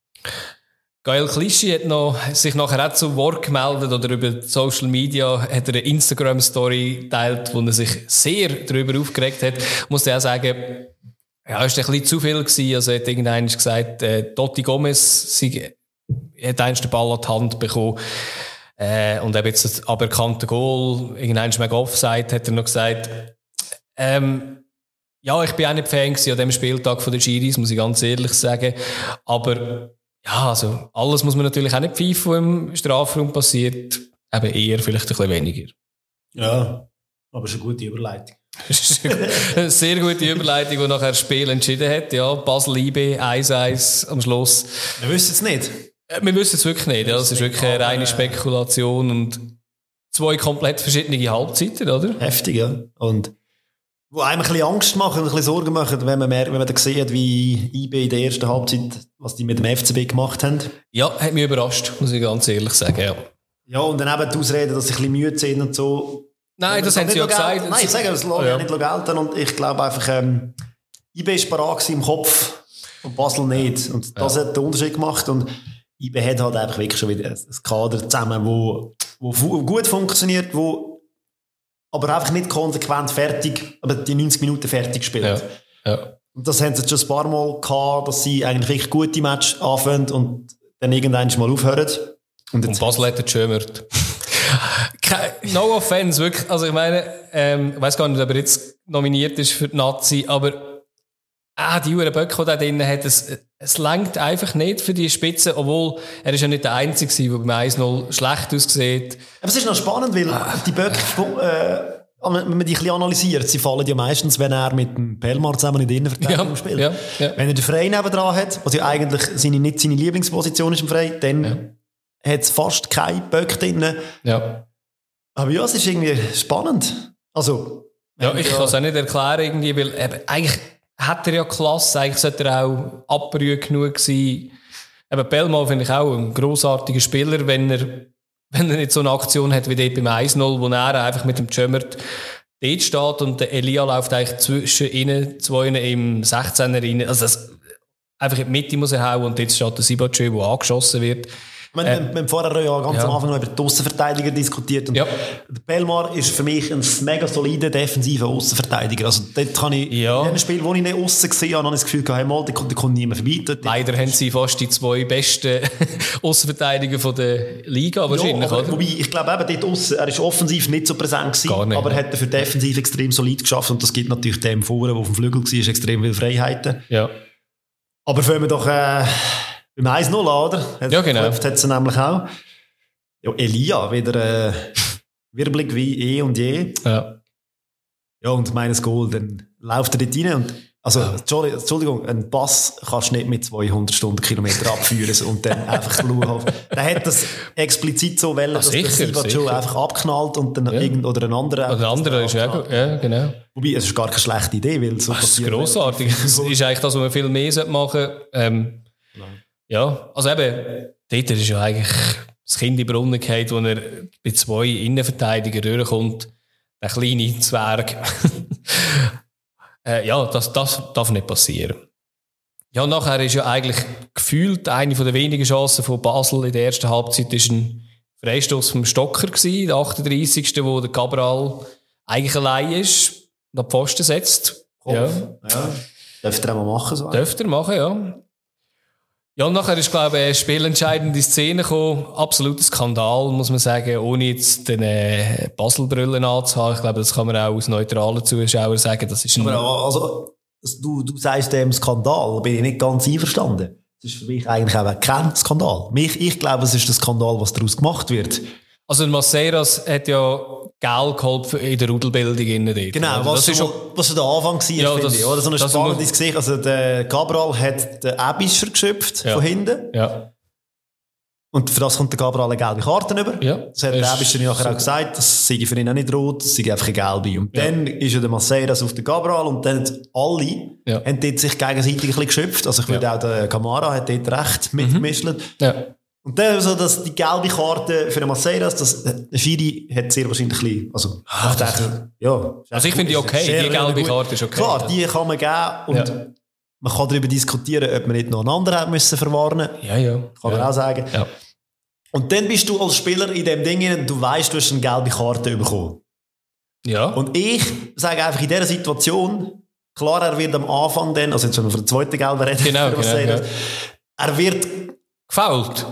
Gael Clichy hat noch, sich nachher auch zu Wort gemeldet oder über Social Media hat er eine Instagram-Story geteilt, wo er sich sehr darüber aufgeregt hat. Ich muss dir auch sagen, ja, ist ein bisschen zu viel gewesen. Also, er hat irgendwann gesagt, äh, Totti Gomez, sie hat einst den Ball an die Hand bekommen. Äh, und eben jetzt das aberkannte Goal, irgendwann mega Offside, hat er noch gesagt. Ähm, ja, ich bin auch nicht Fan gewesen an dem Spieltag von den Giris, muss ich ganz ehrlich sagen. Aber, ja, also, alles muss man natürlich auch nicht pfeifen, was im Strafraum passiert. Eben eher, vielleicht ein bisschen weniger. Ja, aber es ist eine gute Überleitung. Eine sehr gute Überleitung, die nachher das Spiel entschieden hat. Ja, Basel-I B eins eins am Schluss. Wir wissen es nicht. Wir wissen es wirklich nicht. Ja. Das ist wirklich eine reine Spekulation und zwei komplett verschiedene Halbzeiten, oder? Heftig, ja. Und wo einem ein bisschen Angst machen und ein bisschen Sorgen machen, wenn man merkt, wenn man dann sieht, wie I B in der ersten Halbzeit, was die mit dem F C B gemacht haben. Ja, hat mich überrascht, muss ich ganz ehrlich sagen, ja. Ja, und dann eben die Ausreden, dass sie ein bisschen müde sind und so. Nein, das, das haben sie ja gesagt. Nein, ich sage, das lasse ja nicht gelten. Und ich glaube einfach, ähm, I B war parat im Kopf und Basel nicht. Und das ja. hat den Unterschied gemacht. Und I B hat halt einfach wirklich schon wieder ein Kader zusammen, wo, wo gut funktioniert, wo aber einfach nicht konsequent fertig, aber die neunzig Minuten fertig spielt. Ja. Ja. Und das haben sie schon ein paar Mal gehabt, dass sie eigentlich wirklich gute Match anfangen und dann irgendwann mal aufhören. Und, und Basel hat geschömert. No offense, wirklich. Also ich meine, ähm, ich weiss gar nicht, ob er jetzt nominiert ist für die Nazi, aber ah, die Uhren Böcke, die da drin hat, es, es reicht einfach nicht für die Spitze, obwohl er ist ja nicht der Einzige, der beim eins null schlecht aussieht. Aber es ist noch spannend, weil ah. die Böcke, äh, wenn man die ein bisschen analysiert, sie fallen ja meistens, wenn er mit dem Pelmar zusammen in der Innenverteidigung ja, spielt. Ja, ja. Wenn er den Frey nebendran hat, was ja eigentlich seine, nicht seine Lieblingsposition ist im Frey, dann ja. hat es fast keine Böcke drin. Ja. Aber ja, es ist irgendwie spannend. Also, ja, ich ja, kann es auch nicht erklären, irgendwie, weil eben, eigentlich hat er ja Klasse, eigentlich sollte er auch abgerührt genug sein. Eben Pelmar finde ich auch ein grossartiger Spieler, wenn er wenn er nicht so eine Aktion hat wie dort beim eins null, wo er einfach mit dem Tschömert dort steht und der Elia läuft eigentlich zwischen ihnen, zwei im sechzehner rein. Also das, einfach in die Mitte muss er hauen und jetzt steht der Sibachö, der angeschossen wird. Wir haben, äh, wir haben vorher ja ganz ja. am Anfang noch über die Aussenverteidiger diskutiert. Und ja. Der Pelmar ist für mich ein mega solider defensiver Aussenverteidiger. Also dort kann ich, ja. in einem Spiel, wo ich nicht aussen gesehen habe, habe ich das Gefühl, hey, mal, da kommt, kommt niemand vorbei. Dort Leider haben sie fast die zwei besten Aussenverteidiger von der Liga wahrscheinlich, ja, aber, oder? Wobei, ich glaube eben, dort aussen, er ist offensiv nicht so präsent gewesen, Gar nicht, aber er ja. hat für defensiv extrem solid geschafft und das gibt natürlich dem vorne, der auf dem Flügel war, extrem viele Freiheiten. Ja. Aber wenn wir doch... Äh, beim eins null, oder? Hat ja, genau. Hat sie nämlich auch. Ja, Elia, wieder äh, wirbelig wie eh und je. Ja. Ja, und meines Goal, dann läuft er dort rein und, also, ja. Entschuldigung, einen Pass kannst du nicht mit zweihundert Stundenkilometer abführen und dann einfach schauen. Der hat das explizit so wollen, dass sicher, der Sibachö einfach abknallt und dann ja. irgend, oder ein anderer. Oder ein anderer ist ja gut, ja, genau. Wobei, es ist gar keine schlechte Idee, weil so das ist grossartig. Das ist eigentlich das, was man viel mehr machen sollte. Ähm, Ja, also eben, dort ist ja eigentlich das Kind in den Brunnen gefallen, wo er bei zwei Innenverteidigern durchkommt. Der kleine Zwerg. äh, ja, das, das darf nicht passieren. Ja, nachher ist ja eigentlich gefühlt eine der wenigen Chancen von Basel in der ersten Halbzeit ist ein Freistoß vom Stocker gewesen, der achtunddreissigste wo der Cabral eigentlich allein ist und an die Pfosten setzt. Kopf. Ja. ja. Dürfte er mal machen, so. Dürfte er machen, ja. Ja, und nachher ist, glaube ich, eine spielentscheidende Szene gekommen. Absoluter Skandal, muss man sagen, ohne jetzt den äh, Basel-Brillen anzuhaben. Ich glaube, das kann man auch als neutraler Zuschauer sagen. Das ist ein Aber also, du, du sagst dem Skandal, bin ich nicht ganz einverstanden. Das ist für mich eigentlich auch kein Skandal. Ich, ich glaube, es ist der Skandal, was daraus gemacht wird. Also, Maceiras hat ja Geld geholfen in der Rudelbildung. Dort. Genau, was, das schon, was schon der Anfang war, ja, finde das, ich. Oder? So ein spannendes Gesicht. Also, der Cabral hat den Ebischer geschöpft ja. von hinten. Ja. Und für das kommt der Cabral eine gelbe Karte über. Ja. Das hat der Ebischer nachher auch gesagt. Das sei für ihn auch nicht rot, das sei einfach eine gelbe. Und ja. dann ist ja der Maceiras auf den Cabral und dann alle ja. haben dort sich gegenseitig ein bisschen geschöpft. Also, ich würde ja. auch der Camara hat dort recht mitgemischt. Mhm. Ja. Und dann so, dass die gelbe Karte für den Maceiras, das, der Schiri hat sehr wahrscheinlich ein bisschen, also, ah, ich denke, ja. Also ich finde die okay, die gelbe Karte ist okay. Klar, die kann man geben und ja. man kann darüber diskutieren, ob man nicht noch einen anderen hat müssen verwarnen. Ja, ja. Kann man ja. auch sagen. Ja. Und dann bist du als Spieler in dem Ding, du weißt, du hast eine gelbe Karte bekommen. Ja. Und ich sage einfach in dieser Situation, klar, er wird am Anfang dann, also jetzt wenn wir von der zweiten gelben reden, genau, genau, ja. er wird gefoult.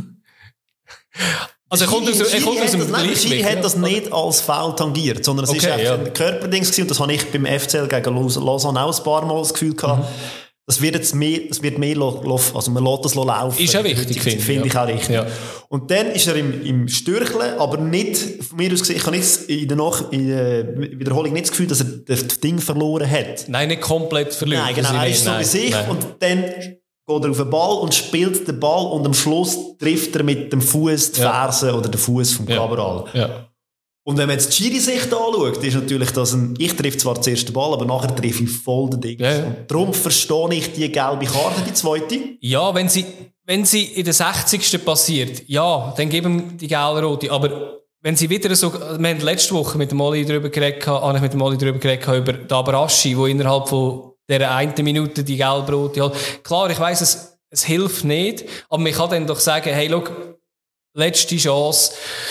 Also er kommt aus, er kommt aus dem Gleichgewicht. Schiri hat das nicht als Foul tangiert, sondern es okay, ist einfach ja. ein Körperding gewesen und das habe ich beim F C L gegen Lausanne auch ein paar Mal das Gefühl gehabt. Mhm. Das wird jetzt mehr, das wird mehr laufen, also man lässt das laufen. Ist ja wichtig, finde ich. Finde ich ja. auch richtig. Ja. Und dann ist er im, im Stürcheln, aber nicht, von mir aus gesehen, ich habe nicht in der, Nach- in der Wiederholung nicht das Gefühl, dass er das Ding verloren hat. Nein, nicht komplett verloren. Nein, genau, er ist so bei sich nein. Und dann geht er auf den Ball und spielt den Ball und am Schluss trifft er mit dem Fuß die ja. Ferse oder den Fuß vom Cabral. Ja. Ja. Und wenn man jetzt die Schiri-Sicht anschaut, ist natürlich das ein, ich treffe zwar zuerst den Ball, aber nachher treffe ich voll den Ding. Ja, ja. Und darum verstehe ich die gelbe Karte, die zweite. Ja, wenn sie, wenn sie in der sechzigsten passiert, ja, dann geben die gelbe-rote. Aber wenn sie wieder so, wir haben letzte Woche mit dem Oli drüber geredet, habe ich mit dem Oli drüber geredet, über den Abarashi, der innerhalb von der eine Minute die gelb-rote hat. Klar, ich weiss, es, es hilft nicht, aber man kann dann doch sagen, hey, schau, letzte Chance.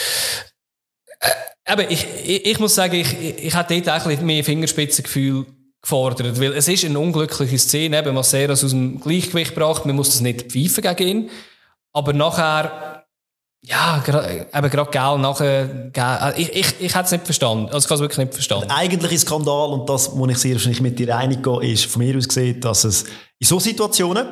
Äh, eben, ich, ich, ich muss sagen, ich, ich, ich hätte dort eigentlich mehr Fingerspitzengefühl gefordert, weil es ist eine unglückliche Szene, eben Maceiras aus dem Gleichgewicht gebracht, man muss das nicht pfeifen gegen ihn, aber nachher Ja, gerade, eben gerade Geld nachher, Geld, ich, ich, ich hätte es nicht verstanden. Also ich habe es wirklich nicht verstanden. Der eigentliche Skandal, und das, wo ich sehr wahrscheinlich mit dir einig gehe, ist von mir aus gesehen, dass es in so Situationen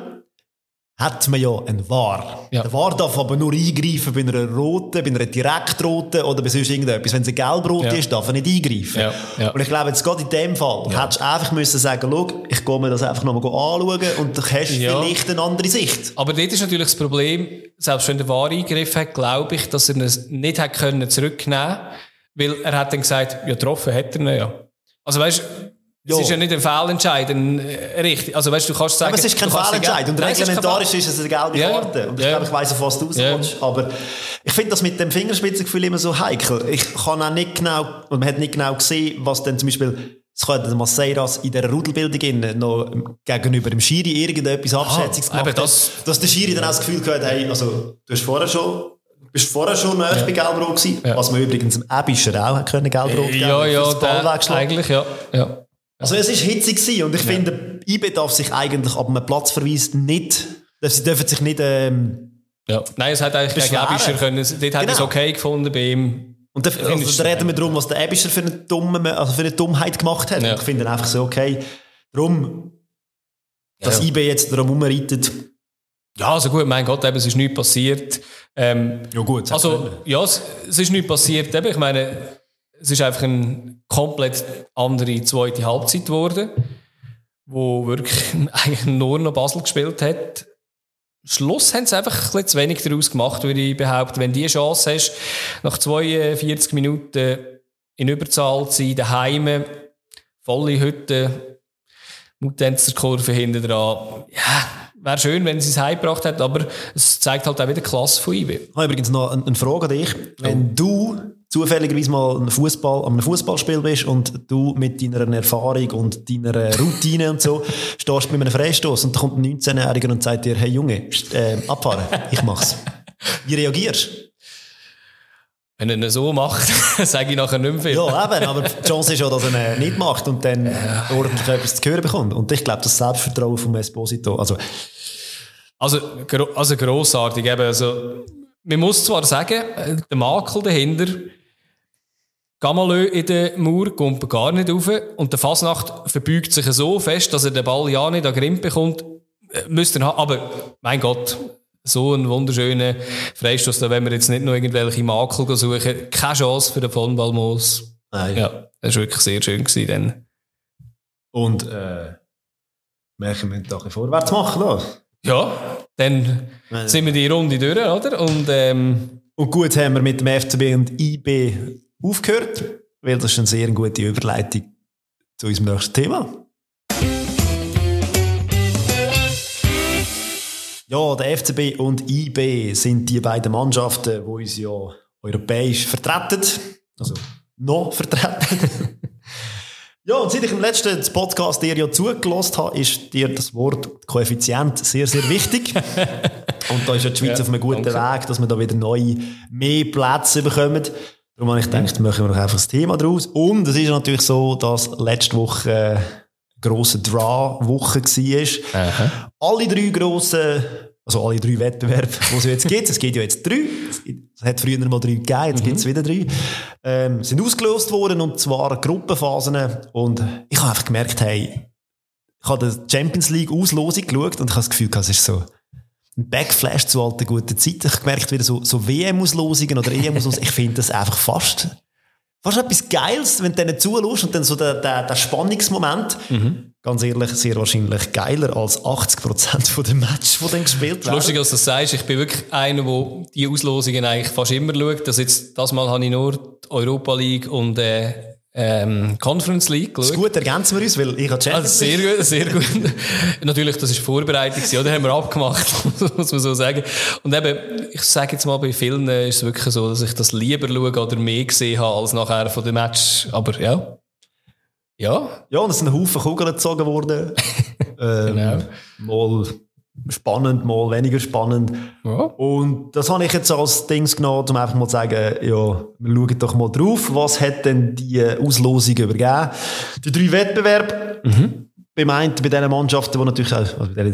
hat man ja einen V A R. Ja. Der V A R darf aber nur eingreifen bei einer roten, bei einer direktroten oder bei sonst irgendetwas. Wenn es eine gelb-rote Ja. ist, darf er nicht eingreifen. Ja. Ja. Und ich glaube, jetzt gerade in dem Fall, Ja. hättest du einfach müssen sagen, schau, ich gehe mir das einfach nochmal anschauen und dann hast du Ja. vielleicht eine andere Sicht. Aber dort ist natürlich das Problem, selbst wenn der V A R eingegriffen hat, glaube ich, dass er es nicht hat können zurücknehmen, weil er hat dann gesagt, ja, getroffen hat er ihn ja. Also weißt, Ja. es ist ja nicht ein Fehlentscheid, ein, äh, richtig. Also weißt, du kannst sagen, Aber es ist kein du kannst Fehlentscheid. Und Nein, es ist kein reglementarisch ist es eine gelbe Ja, ja. Karte. Und ich Ja. glaube, ich weiss, auf was du raus Ja. willst. Aber ich finde das mit dem Fingerspitzengefühl immer so heikel. Ich kann auch nicht genau, und man hat nicht genau gesehen, was dann zum Beispiel, es kann der Masseiras in dieser Rudelbildung innen noch gegenüber dem Schiri irgendetwas Abschätziges Ah, gemacht eben das- hat. Dass der Schiri dann auch das Gefühl gehabt hat, hey, also, du hast vorher schon, du bist vorher schon nahe bei Gelb-Rot gewesen. Ja. Was man übrigens im Ebischer auch hat können, Gelb-Rot geben, Ja, ja, fürs Ball der, wegschlagen. eigentlich, ja. ja. Also es ist hitzig gewesen und ich finde, I B darf sich eigentlich ab einem Platzverweis nicht, sie dürfen sich nicht, ähm, Ja. Nein, es hat eigentlich gegen Beschweren. Ebischer können, dort hat er es Genau. okay gefunden bei ihm. und da, Ich finde, also, es da ist- reden wir darum, was der Ebischer für eine, dumme, also für eine Dummheit gemacht hat. Ja. Und ich finde einfach so, okay, darum, dass Ja. I B jetzt darum rumreitet. Ja, also gut, mein Gott, eben, es ist nichts passiert. Ähm, Ja gut, Also, ja, es, es ist nichts passiert. Eben, ich meine, es ist einfach eine komplett andere zweite Halbzeit geworden, wo wirklich eigentlich nur noch Basel gespielt hat. Am Schluss haben sie einfach ein bisschen zu wenig daraus gemacht, würde ich behaupten. Wenn du die Chance hast, nach zweiundvierzig Minuten in Überzahl zu sein, daheim, volle Hütte, Mutenzerkurve hinten dran. Ja, wäre schön, wenn sie es heimgebracht hätten, aber es zeigt halt auch wieder die Klasse von I B. Ich habe übrigens noch eine, eine Frage an dich. Wenn du zufälligerweise mal ein Fußball, an einem Fußballspiel bist und du mit deiner Erfahrung und deiner Routine und so stehst bei einem Freistoß und da kommt ein neunzehnjähriger und sagt dir, hey Junge, äh, abfahren, ich mach's. Wie reagierst du? Wenn er ihn so macht, sage ich nachher nicht mehr viel. Ja, eben, aber die Chance ist ja, dass er ihn nicht macht und dann ordentlich etwas zu hören bekommt. Und ich glaube, das Selbstvertrauen von Esposito, also Also, gro also grossartig. Eben, also, man muss zwar sagen, äh, der Makel dahinter, Gamalö in der Mauer kommt gar nicht rauf und der Fasnacht verbeugt sich so fest, dass er den Ball ja nicht an Grind bekommt. Äh, müsste er haben. Aber, mein Gott, so ein wunderschöner Freistoß, da wenn wir jetzt nicht noch irgendwelche Makel suchen, keine Chance für den von Balmos. nein. Ja, das war wirklich sehr schön gewesen dann. Und äh, merken wir da ein bisschen vorwärts machen da. Ja, dann Nein, sind wir die Runde durch, oder? Und, ähm, Und gut haben wir mit dem F C B und I B aufgehört, weil das ist eine sehr gute Überleitung zu unserem nächsten Thema. Ja, der F C B und I B sind die beiden Mannschaften, die uns ja europäisch vertreten. Also noch vertreten. Ja, und seit ich im letzten Podcast dir ja zugelassen habe, ist dir das Wort Koeffizient sehr, sehr wichtig. Und da ist ja die Schweiz Ja, auf einem guten danke. Weg, dass wir da wieder neue, mehr Plätze bekommen. Darum habe ich gedacht, machen wir doch einfach das Thema draus. Und es ist natürlich so, dass letzte Woche äh, eine grosse Draw-Woche war. Aha. Alle drei grossen, also alle drei Wettbewerbe, die es jetzt gibt, es gibt ja jetzt drei, es hat früher mal drei gegeben, jetzt gibt es wieder drei, ähm, sind ausgelöst worden, und zwar Gruppenphasen. Und ich habe einfach gemerkt, hey, ich habe die Champions League Auslosung geschaut und ich habe das Gefühl, es ist so ein Backflash zu alten guten Zeiten. Ich habe gemerkt, wieder so, so W M-Auslosungen oder E M-Auslosungen, ich finde das einfach fast, fast etwas Geiles, wenn du denen zuhörst und dann so der, der, der Spannungsmoment, mhm. ganz ehrlich, sehr wahrscheinlich geiler als achtzig Prozent von den Matches, die dann gespielt werden. Lustig, dass du das sagst. Ich bin wirklich einer, der die Auslosungen eigentlich fast immer schaut. Das, jetzt, das Mal habe ich nur die Europa League und äh, ähm, Conference League Das ist geschaut. gut, ergänzen wir uns, weil ich habe Also sehr gut, sehr gut. Natürlich, das war Vorbereitung, oder? Haben wir abgemacht, muss man so sagen. Und eben, ich sage jetzt mal, bei vielen ist es wirklich so, dass ich das lieber schaue oder mehr gesehen habe, als nachher von dem Match. Aber ja. Ja. Ja, und es sind ein Haufen Kugeln gezogen worden. ähm, Genau. Mal spannend, mal weniger spannend. Ja. Und das habe ich jetzt als Dings genommen, um einfach mal zu sagen, ja, wir schauen doch mal drauf, was hat denn die Auslosung übergeben? Die drei Wettbewerbe. Mhm. Beim einen, bei diesen Mannschaften, die natürlich auch, also bei den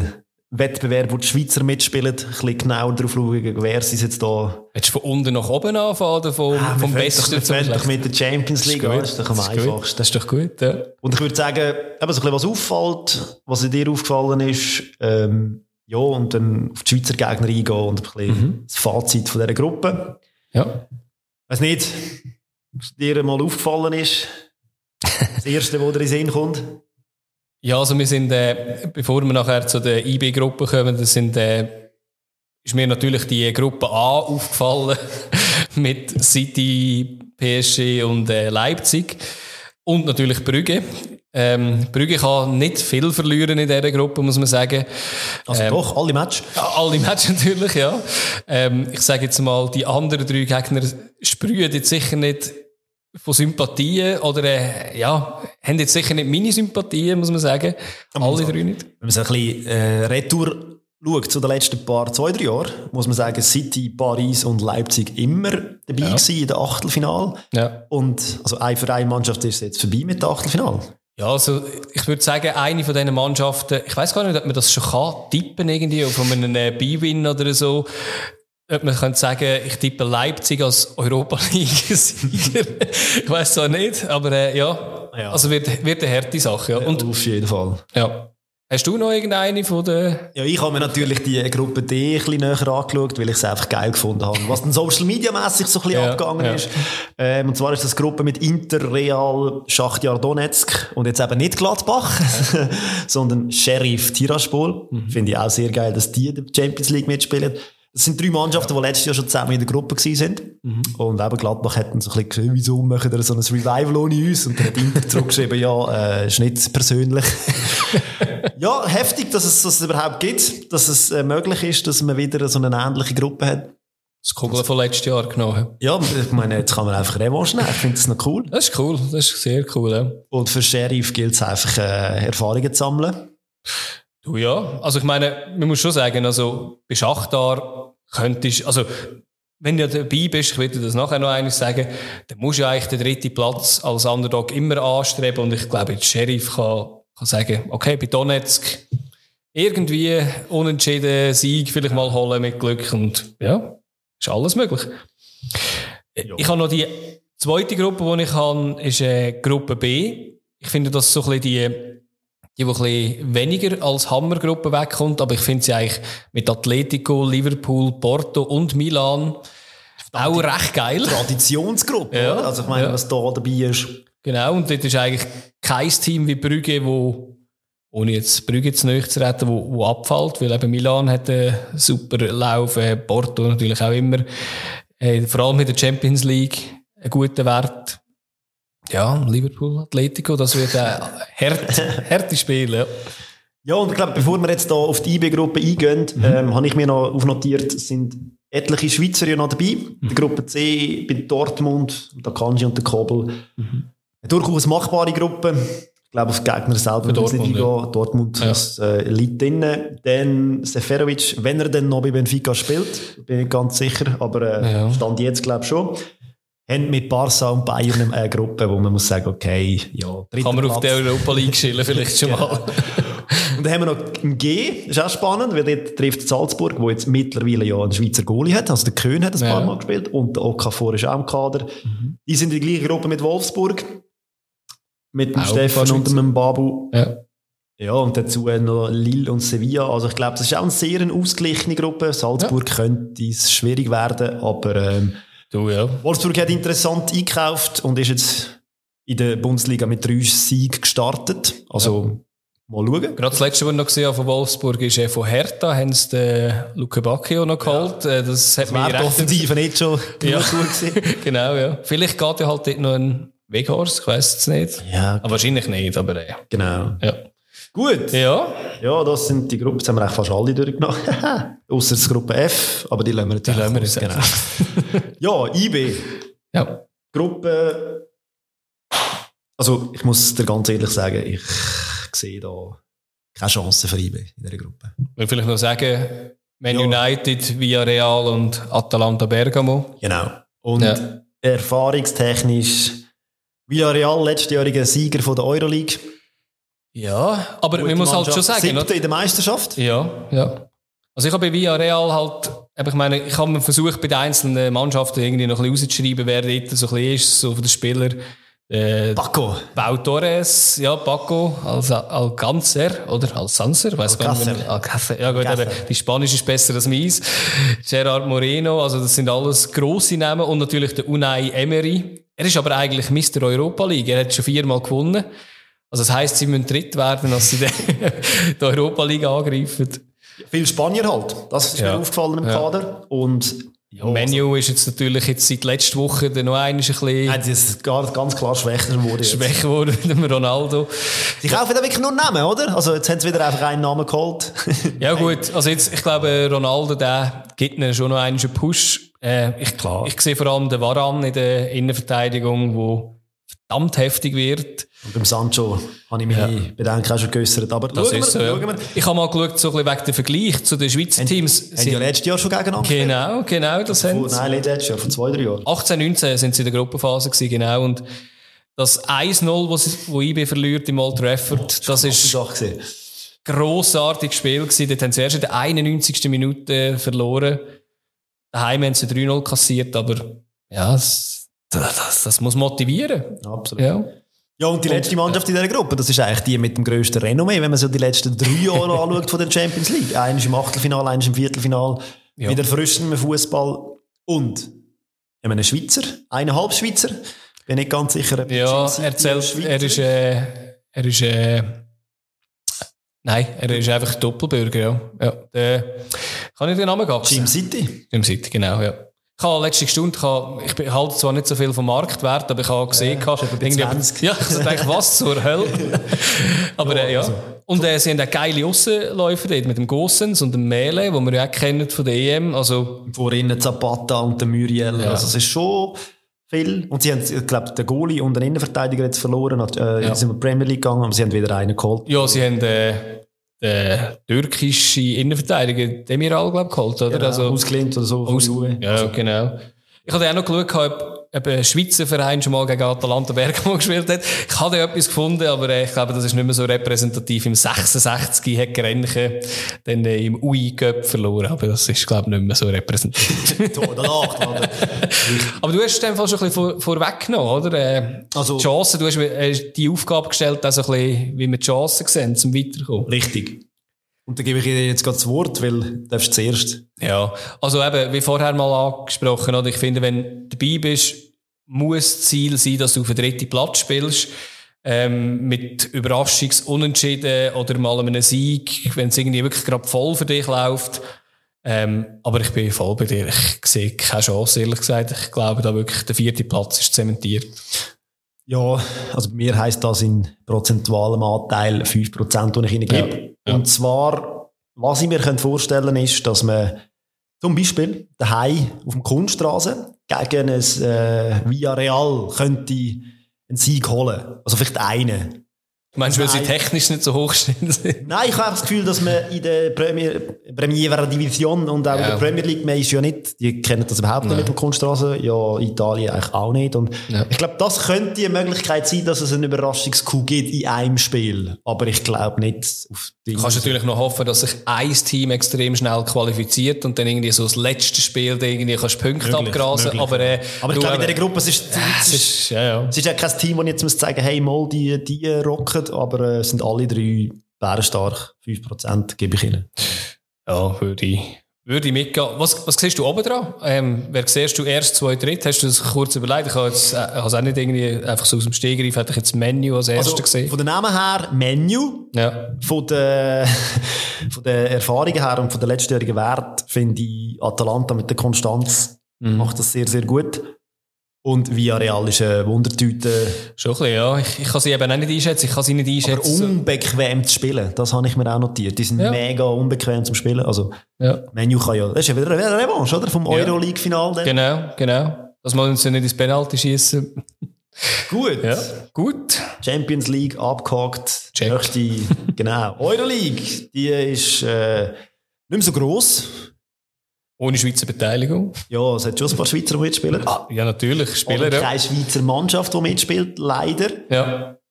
Wettbewerb, wo die Schweizer mitspielen, ein bisschen genauer drauf schauen, wer sie jetzt da... Willst du von unten nach oben anfangen oder vom, ah, vom Besten zum Schlechten? Doch mit der Champions League, das ist, das ist doch am das einfachsten. Das ist doch gut, ja. Und ich würde sagen, eben so ein bisschen was auffällt, was in dir aufgefallen ist, ähm, ja, und dann auf die Schweizer Gegner eingehen und ein bisschen mhm. das Fazit von dieser Gruppe. Ja. Ich weiss nicht, was dir mal aufgefallen ist, das Erste, was dir in den Sinn kommt. Ja, also wir sind, äh, bevor wir nachher zu der I B-Gruppe kommen, das sind, äh, ist mir natürlich die Gruppe A aufgefallen mit City, P S G und äh, Leipzig und natürlich Brügge. Ähm, Brügge kann nicht viel verlieren in dieser Gruppe, muss man sagen. Also ähm, doch, alle Matches? Ja, alle Matches natürlich, ja. Ähm, ich sage jetzt mal, die anderen drei Gegner sprühen jetzt sicher nicht von Sympathien oder, äh, ja, haben jetzt sicher nicht meine Sympathien, muss man sagen. Aber alle drei nicht. Wenn man so ein bisschen äh, Retour schaut zu den letzten paar, zwei, drei Jahren, muss man sagen, City, Paris und Leipzig immer dabei ja. gewesen in der Achtelfinale. Ja. Und also eine für eine Mannschaft ist jetzt vorbei mit der Achtelfinale. Ja, also ich würde sagen, eine von diesen Mannschaften, ich weiss gar nicht, ob man das schon kann, tippen irgendwie, auf einen äh, B-Win oder so. Ob man könnte sagen, ich tippe Leipzig als Europa-League-Sieger. Ich weiss zwar nicht, aber äh, ja. ja, also wird, wird eine harte Sache. Ja. Und, ja, auf jeden Fall. Ja. Hast du noch irgendeine von den... Ja, ich habe mir natürlich die Gruppe D ein bisschen näher angeschaut, weil ich es einfach geil gefunden habe. Was dann Social-Media-mässig so ein bisschen ja, abgegangen ja. ist. Ähm, und zwar ist das Gruppe mit Inter, Real, Schachtjar Donetsk und jetzt eben nicht Gladbach, sondern Sheriff Tiraspol. Mhm. Finde ich auch sehr geil, dass die in der Champions League mitspielen. Das sind drei Mannschaften, ja. die letztes Jahr schon zusammen in der Gruppe gewesen sind. Mhm. Und eben Gladbach hat dann so ein bisschen gesagt, wieso machen wir so ein Revival ohne uns? Und dann hat Inter zurückgeschrieben, ja, äh, ist nicht persönlich. Ja, heftig, dass es das überhaupt gibt, dass es äh, möglich ist, dass man wieder so eine ähnliche Gruppe hat. Das Kugel von letztes Jahr genommen. Ja, ich meine, jetzt kann man einfach Revanche nehmen. Ich finde das noch cool. Das ist cool, das ist sehr cool, ja. Und für Sheriff gilt es einfach, äh, Erfahrungen zu sammeln. Du ja, also ich meine, man muss schon sagen, also bei Schachtar könntest, also wenn du dabei bist, ich würde das nachher noch eines sagen, dann musst du ja eigentlich den dritten Platz als Underdog immer anstreben und ich glaube, der Sheriff kann, kann sagen, okay, bei Donetsk irgendwie unentschieden Sieg vielleicht mal holen mit Glück und ja, ist alles möglich. Ja. Ich habe noch die zweite Gruppe, die ich habe, ist äh, Gruppe B. Ich finde, das so ein bisschen die die, die ein bisschen weniger als Hammergruppe wegkommt, aber ich finde sie eigentlich mit Atletico, Liverpool, Porto und Milan auch recht geil. Traditionsgruppe, ja, also ich meine, ja. was da dabei ist. Genau, und dort ist eigentlich kein Team wie Brügge, wo, ohne jetzt Brügge zu nahe zu retten, wo, wo abfällt, weil eben Milan hat einen super Lauf, Porto natürlich auch immer, äh, vor allem mit der Champions League einen guten Wert. Ja, Liverpool, Atletico, das wird ein hart, harte Spiel, ja. Ja, und ich glaube, bevor wir jetzt da auf die I B-Gruppe eingehen, mhm. ähm, habe ich mir noch aufnotiert, es sind etliche Schweizer ja noch dabei. Mhm. Die Gruppe C bei Dortmund, der Kanji und der Kobel. Mhm. Eine durchaus machbare Gruppe. Ich glaube, auf die Gegner selber muss nicht eingehen. Ja. Dortmund ja. ist äh, liegt drin. Dann Seferovic, wenn er dann noch bei Benfica spielt, bin ich ganz sicher, aber äh, ja. Stand jetzt glaube ich schon. Haben mit Barca und Bayern eine Gruppe, wo man muss sagen, okay, ja, kann man Platz. Auf der Europa League chillen vielleicht schon mal. Und dann haben wir noch ein G, das ist auch spannend, weil dort trifft Salzburg, wo jetzt mittlerweile ja einen Schweizer Goalie hat, also der Köhn hat ein ja. paar Mal gespielt und der Okafor ist auch im Kader. Mhm. Die sind in der gleichen Gruppe mit Wolfsburg, mit dem auch Stefan und dem Babu. Ja. Ja, und dazu noch Lille und Sevilla. Also ich glaube, das ist auch eine sehr ausgeglichene Gruppe. Salzburg ja. könnte es schwierig werden, aber ähm, du, ja. Wolfsburg hat interessant eingekauft und ist jetzt in der Bundesliga mit drei Siegen gestartet. Also ja. mal schauen. Gerade das letzte, was ich noch gesehen habe von Wolfsburg, ist äh, von Hertha, haben sie den Luca Bacchio noch geholt. Ja. Das hat das wäre offensiv nicht schon ja. gut gewesen. Genau, ja. Vielleicht geht ja halt dort noch ein Weghorst, ich weiss es nicht. Ja. Aber wahrscheinlich nicht, aber äh, genau. Ja. Gut. Ja. Ja, das sind die Gruppen, das haben wir eigentlich fast alle durchgenommen. Ausser die Gruppe F, aber die lassen wir natürlich. Die lassen wir uns, genau. Ja, I B. Ja. Gruppe. Also, ich muss dir ganz ehrlich sagen, ich sehe da keine Chance für I B in dieser Gruppe. Ich will vielleicht noch sagen, Man ja. United, Villarreal und Atalanta Bergamo. Genau. Und ja. erfahrungstechnisch Villarreal, letztjähriger Sieger von der Euroleague. Ja, aber man muss halt schon sagen... Siebte in der Meisterschaft? Ja, ja. Also ich habe bei Villarreal halt, ich meine, ich habe versucht, bei den einzelnen Mannschaften irgendwie noch ein bisschen rauszuschreiben, wer dort so ein bisschen ist, so von den Spielern. Äh, Paco. Pau Torres, ja, Paco, als Alcáncer, oder Alcáncer, weiss gar nicht. Alcácer. Ja gut, aber die Spanisch ist besser als meins. Gerard Moreno, also das sind alles grosse Namen und natürlich der Unai Emery. Er ist aber eigentlich Mister Europa League, er hat schon viermal gewonnen. Also das heisst, sie müssen dritt werden, als sie die Europa League angreifen. Viel Spanier halt. Das ist ja. mir aufgefallen im ja. Kader. Und ja, Menu ist jetzt natürlich jetzt seit letzter Woche noch einmal ein bisschen... Nein, das ist ganz klar schwächer geworden. Schwächer geworden mit dem Ronaldo. Sie kaufen da wirklich nur Namen, oder? Also jetzt haben sie wieder einfach einen Namen geholt. Ja gut, also jetzt, ich glaube, Ronaldo, der gibt ihnen schon noch einen Push. Äh, ich, klar. Ich sehe vor allem den Varane in der Innenverteidigung, wo verdammt heftig wird. Und beim Sancho habe ich meine ja. Bedenken auch schon geäussert. Aber das ist so, ja. Ich habe mal geschaut, so ein bisschen wegen dem Vergleich zu den Schweizer haben, Teams. Haben sie ja letztes Jahr schon gegeneinander Genau, genau. Das vor, haben nein, nicht letztes Jahr, vor zwei, drei Jahren. achtzehn, neunzehn sind sie in der Gruppenphase gewesen, genau. Und das eins null, das I B verliert im Old Trafford, das ist ein grossartiges Spiel gewesen. Dort haben sie erst in der einundneunzigsten Minute verloren. Daheim haben sie drei null kassiert, aber ja, das, das, das muss motivieren. Absolut. Ja. Ja, und die letzte Mannschaft in dieser Gruppe, das ist eigentlich die mit dem grössten Renommee, wenn man so die letzten drei Jahre anschaut von der Champions League. Eines im Achtelfinale, eines im Viertelfinale, ja. mit erfrischendem Fußball und einem Schweizer, eineinhalb Schweizer. Bin nicht ganz sicher, ob ja, er zählt, er ist, äh, er ist, äh, nein, er ist einfach Doppelbürger, ja. ja der, kann ich den Namen geben? Jim City. Jim City, genau, ja. Ich habe letzte Stunde, ich, habe, ich halte zwar nicht so viel vom Marktwert, aber ich habe gesehen, ja, irgendwie, ja, ich dachte, was zur Hölle. aber ja, äh, ja. Also. Und äh, sie haben auch geile Aussenläufer dort mit dem Gossens und dem Mele, den wir ja auch kennen von der E M. Also, vorhin Zapata und der Muriel. Ja. Also es ist schon viel. Und sie haben, ich glaube, den Goalie und den Innenverteidiger jetzt verloren. Äh, ja. Sie sind in die Premier League gegangen, aber sie haben wieder einen geholt. Ja, sie haben äh, den türkischen Innenverteidiger Demiral, glaube ich, geholt, oder? Genau, also, ausgelehnt oder so. Aus, ja, genau. Ich habe auch noch geschaut, ob, ob ein Schweizer Verein schon mal gegen Atalanta Bergamo gespielt hat. Ich habe etwas gefunden, aber äh, ich glaube, das ist nicht mehr so repräsentativ. Im sechsundsechzig hat Grenchen dann äh, im U I-Cup verloren, aber das ist, glaube ich, nicht mehr so repräsentativ. Aber du hast es in dem Fall schon ein bisschen vor, vorweggenommen, oder? Äh, also, die Chancen, du hast äh, die Aufgabe gestellt, also ein bisschen, wie wir die Chancen sehen, zum Weiterkommen. Richtig. Und dann gebe ich dir jetzt gerade das Wort, weil du darfst zuerst. Ja, also eben, wie vorher mal angesprochen, oder? Ich finde, wenn du dabei bist, muss das Ziel sein, dass du auf den dritten Platz spielst, ähm, mit Überraschungsunentschieden oder mal einem Sieg, wenn es irgendwie wirklich gerade voll für dich läuft. Ähm, aber ich bin voll bei dir. Ich sehe keine Chance, ehrlich gesagt. Ich glaube, da wirklich der vierte Platz ist zementiert. Ja, also bei mir heisst das in prozentualem Anteil fünf Prozent, die ich ihnen gebe. Ja. Ja. Und zwar, was ich mir vorstellen kann, ist, dass man zum Beispiel daheim auf dem Kunststraße gegen ein äh, Villarreal könnte einen Sieg holen. Also vielleicht einen. Du meinst, weil sie technisch nicht so hoch stehen? Nein, ich habe das Gefühl, dass man in der Premier, Primera Division und auch ja. in der Premier League, man ist ja nicht, die kennen das überhaupt nicht ja. mit dem Kunststraße, ja, Italien eigentlich auch nicht. Und ja. ich glaube, das könnte eine Möglichkeit sein, dass es eine Überraschungskuh gibt in einem Spiel. Aber ich glaube nicht auf die. Du kannst natürlich noch hoffen, dass sich ein Team extrem schnell qualifiziert und dann irgendwie so das letzte Spiel da irgendwie kannst Punkte möglich, abgrasen. Möglich. Aber, äh, aber ich glaube, in dieser Gruppe, es ist, äh, es ist, ja, ja. es ist ja kein Team, das jetzt muss sagen, hey, mal, die, die rocken. Aber äh, sind alle drei bärenstark. fünf Prozent gebe ich ihnen. Ja, würde ich, würde ich mitgehen. Was, was siehst du oben dran? Ähm, wer siehst du erst, zwei, dritt? Hast du das kurz überlegt? Ich habe es äh, auch nicht irgendwie einfach so aus dem Stegreif, hätte ich jetzt Menu als erstes also, gesehen. Von den Namen her Menu. Ja. Von der, von der Erfahrungen her und von der letztjährigen Wert finde ich Atalanta mit der Konstanz mhm. macht das sehr, sehr gut. Und Villarreal ist eine Wundertüte. Schon ein bisschen, ja. Ich, ich kann sie eben auch nicht einschätzen. Ich kann sie nicht einschätzen. Aber unbequem zu spielen, das habe ich mir auch notiert. Die sind ja. mega unbequem zum Spielen. Also, ja. Menu kann ja, das ist ja wieder eine Revanche, oder? Vom Euroleague-Final. Ja. Genau, genau. Dass wir uns ja nicht ins Penalty schießen. Gut. Ja. Gut. Champions League abgehakt. Nächste, genau. Euroleague, die ist, äh, nicht mehr so gross. Ohne Schweizer Beteiligung? Ja, es hat schon ein paar Schweizer, die mitspielen. Ah, ja, natürlich. Spieler, aber keine ja. Schweizer Mannschaft, die mitspielt, leider. Ja.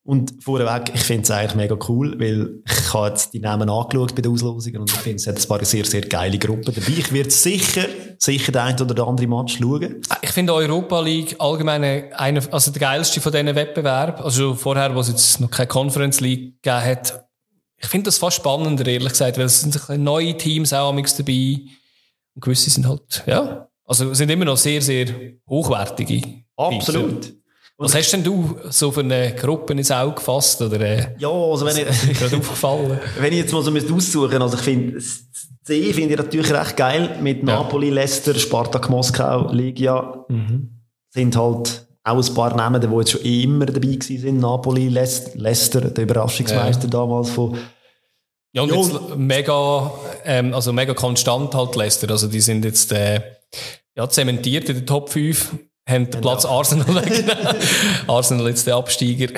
Und vorweg, ich finde es eigentlich mega cool, weil ich habe jetzt die Namen angeschaut bei den Auslosungen und ich finde, es hat ein paar sehr, sehr geile Gruppen dabei. Ich werde sicher, sicher den einen oder den anderen Match schauen. Ich finde Europa League allgemein einer, also der geilste von diesen Wettbewerben. Also vorher, wo es jetzt noch keine Conference League gegeben hat. Ich finde das fast spannender, ehrlich gesagt, weil es sind neue Teams auch amigs dabei. Und gewisse sind halt, ja, also sind immer noch sehr, sehr hochwertige. Absolut. Teams. Was hast denn du so für eine Gruppe ins Auge gefasst? Oder, äh, ja, also wenn ich, gerade aufgefallen? Wenn ich jetzt mal so aussuchen, also ich finde, das C finde ich natürlich recht geil, mit Napoli, ja. Leicester, Spartak Moskau, Legia, mhm. sind halt auch ein paar Namen, die jetzt schon immer dabei gewesen sind. Napoli, Leicester, der Überraschungsmeister ja. damals von, ja, und jo. jetzt mega, ähm, also mega konstant halt Leicester, also die sind jetzt, äh, ja, zementiert in den Top fünf. Haben den Platz Arsenal weggenommen. Arsenal jetzt der Absteiger.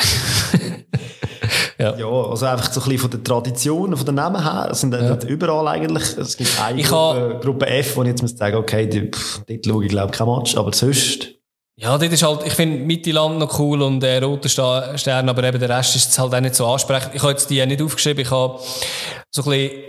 ja. ja, also einfach so ein bisschen von der Tradition, von den Namen her, sind ja. überall eigentlich, es gibt eine ich Gruppe, ha, Gruppe F, wo ich jetzt muss sagen, okay, die, pff, dort schaue ich glaube kein Match, aber sonst. Ja, dort ist halt, ich finde Mittelland noch cool und äh, Roter Stern, aber eben der Rest ist jetzt halt auch nicht so ansprechend. Ich habe jetzt die auch nicht aufgeschrieben, ich habe so ein bisschen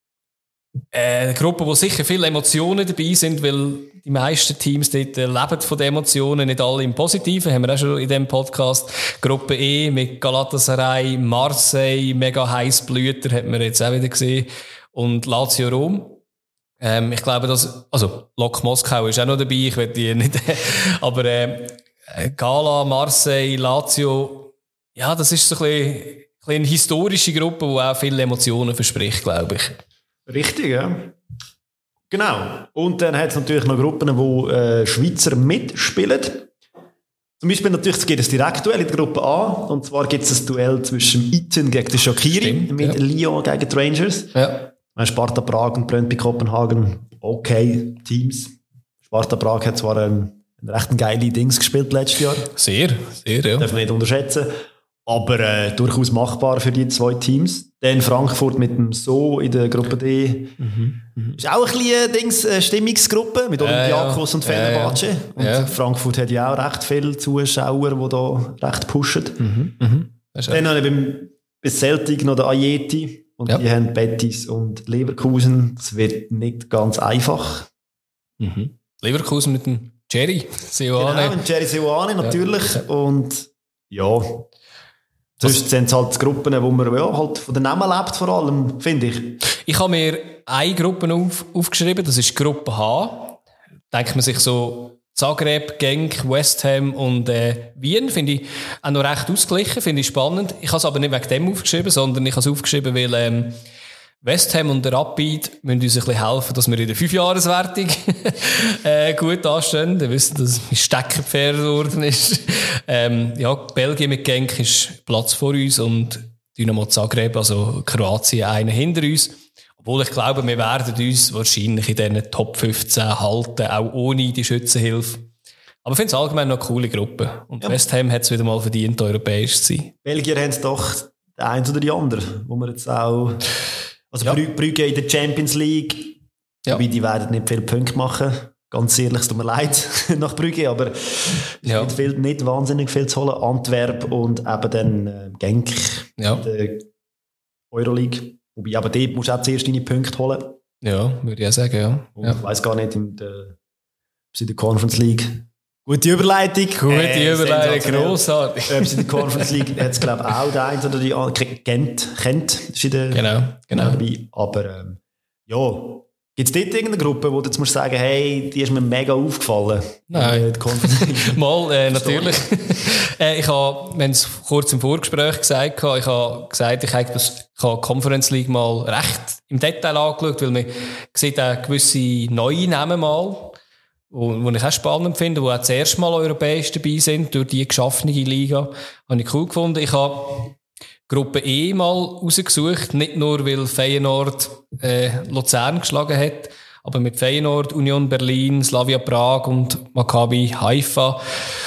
Äh, eine Gruppe, wo sicher viele Emotionen dabei sind, weil die meisten Teams dort äh, leben von den Emotionen, nicht alle im Positiven, haben wir auch schon in diesem Podcast. Gruppe E mit Galatasaray, Marseille, mega Heißblüter, hat man jetzt auch wieder gesehen, und Lazio Rom. Ähm, ich glaube, dass, also Lok Moskau ist auch noch dabei, ich will die nicht, aber äh, Gala, Marseille, Lazio, ja, das ist so ein bisschen, ein bisschen eine historische Gruppe, die auch viele Emotionen verspricht, glaube ich. Richtig, ja. Genau. Und dann hat es natürlich noch Gruppen, wo äh, Schweizer mitspielen. Zum Beispiel natürlich, es gibt ein Direktduell in der Gruppe A. Und zwar gibt es ein Duell zwischen Iten gegen den Shaqiri, Stimmt, mit ja. Lyon gegen die Rangers. Ja. Sparta Prag und Brøndby Kopenhagen, okay, Teams. Sparta Prag hat zwar ein, ein recht geile Dings gespielt letztes Jahr. Sehr, sehr, ja. Darf man nicht unterschätzen. Aber äh, durchaus machbar für die zwei Teams. Dann Frankfurt mit dem So in der Gruppe D. Mhm. Mhm. Ist auch ein bisschen Dings, äh, Stimmungsgruppe mit Olympiakos äh, ja. und Fenerbahce. Äh, ja. Und ja. Frankfurt hat ja auch recht viele Zuschauer, die da recht pushen. Mhm. Mhm. Dann habe ich beim, bei Celtic noch den Ajeti. Und ja. die haben Betis und Leverkusen. Das wird nicht ganz einfach. Mhm. Leverkusen mit dem Jerry Seoane. Genau, mit Jerry Seoane natürlich. Ja. Und ja... Sonst sind es halt Gruppen, wo man ja, halt von den Namen lebt, vor allem, finde ich. Ich habe mir eine Gruppe auf, aufgeschrieben, das ist Gruppe H. Denkt man sich so Zagreb, Genk, West Ham und äh, Wien, finde ich auch noch recht ausgeglichen, finde ich spannend. Ich habe es aber nicht wegen dem aufgeschrieben, sondern ich habe es aufgeschrieben, weil ähm, West Ham und der Rapid müssen uns ein bisschen helfen, dass wir in der Fünfjahreswertung äh, gut anstehen. Wir wissen, dass mein Steckenpferd geworden ist. ähm, ja, Belgien mit Genk ist Platz vor uns und Dynamo Zagreb, also Kroatien, einer hinter uns. Obwohl ich glaube, wir werden uns wahrscheinlich in diesen Top fünfzehn halten, auch ohne die Schützenhilfe. Aber ich finde es allgemein noch eine coole Gruppe. Und ja. West Ham hat es wieder mal verdient, europäisch zu sein. Belgier haben es doch der eine oder die andere, wo wir jetzt auch... Also ja. Brügge in der Champions League, ja. Wobei die werden nicht viele Punkte machen. Ganz ehrlich, es tut mir leid nach Brügge, aber es ja. gibt viel, nicht wahnsinnig viel zu holen. Antwerp und eben dann äh, Genk ja. in der Euroleague. Wobei, aber dort musst du auch zuerst deine Punkte holen. Ja, würde ich auch sagen, ja. Und ja. ich weiss gar nicht, in der, in der Conference League. Gute Überleitung. Gute äh, Überleitung, grossartig. In der Conference League hat es, glaube ich, auch der eine oder die andere Gent, Gent ist in der genau, genau. dabei. Aber ähm, ja, gibt es dort irgendeine Gruppe, wo du jetzt musst sagen, hey, die ist mir mega aufgefallen? Nein. Mal, äh, natürlich. äh, ich habe, wir haben es kurz im Vorgespräch gesagt, ich habe gesagt, ich habe das, ich habe die Conference League mal recht im Detail angeschaut, weil man sieht auch gewisse neue Namen mal, die ich auch spannend finde, die auch das erste Mal europäisch dabei sind, durch die geschaffene Liga. Habe ich cool gefunden. Ich habe Gruppe E mal rausgesucht, nicht nur, weil Feyenoord äh, Luzern geschlagen hat, aber mit Feyenoord, Union Berlin, Slavia Prag und Maccabi Haifa.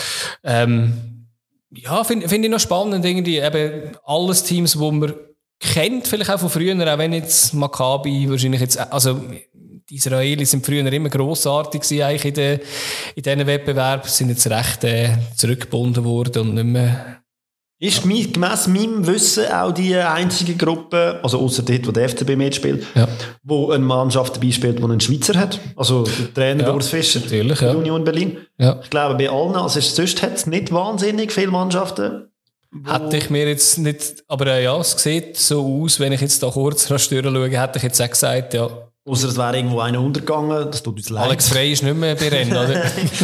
Ähm, ja, finde find ich noch spannend, irgendwie eben alles Teams, die man kennt, vielleicht auch von früher, auch wenn jetzt Maccabi wahrscheinlich jetzt, also die Israelis sind früher immer grossartig gewesen, eigentlich in, den, in diesen Wettbewerben, sind jetzt recht äh, zurückgebunden worden und nicht mehr Ist ja. gemäss meinem Wissen auch die einzige Gruppe, also ausser dort, wo der F C B mitspielt, ja. wo eine Mannschaft dabei spielt, die einen Schweizer hat. Also der Trainer ja, Urs Fischer, natürlich, ja. Union Berlin. Ja. Ich glaube, bei allen, also sonst hat es nicht wahnsinnig viele Mannschaften. Hätte ich mir jetzt nicht, aber äh, ja, es sieht so aus, wenn ich jetzt da kurz schaue, hätte ich jetzt auch gesagt, ja. Ausser es wäre irgendwo einer untergegangen, das tut uns leid. Alex Frey ist nicht mehr bei Rennen, oder?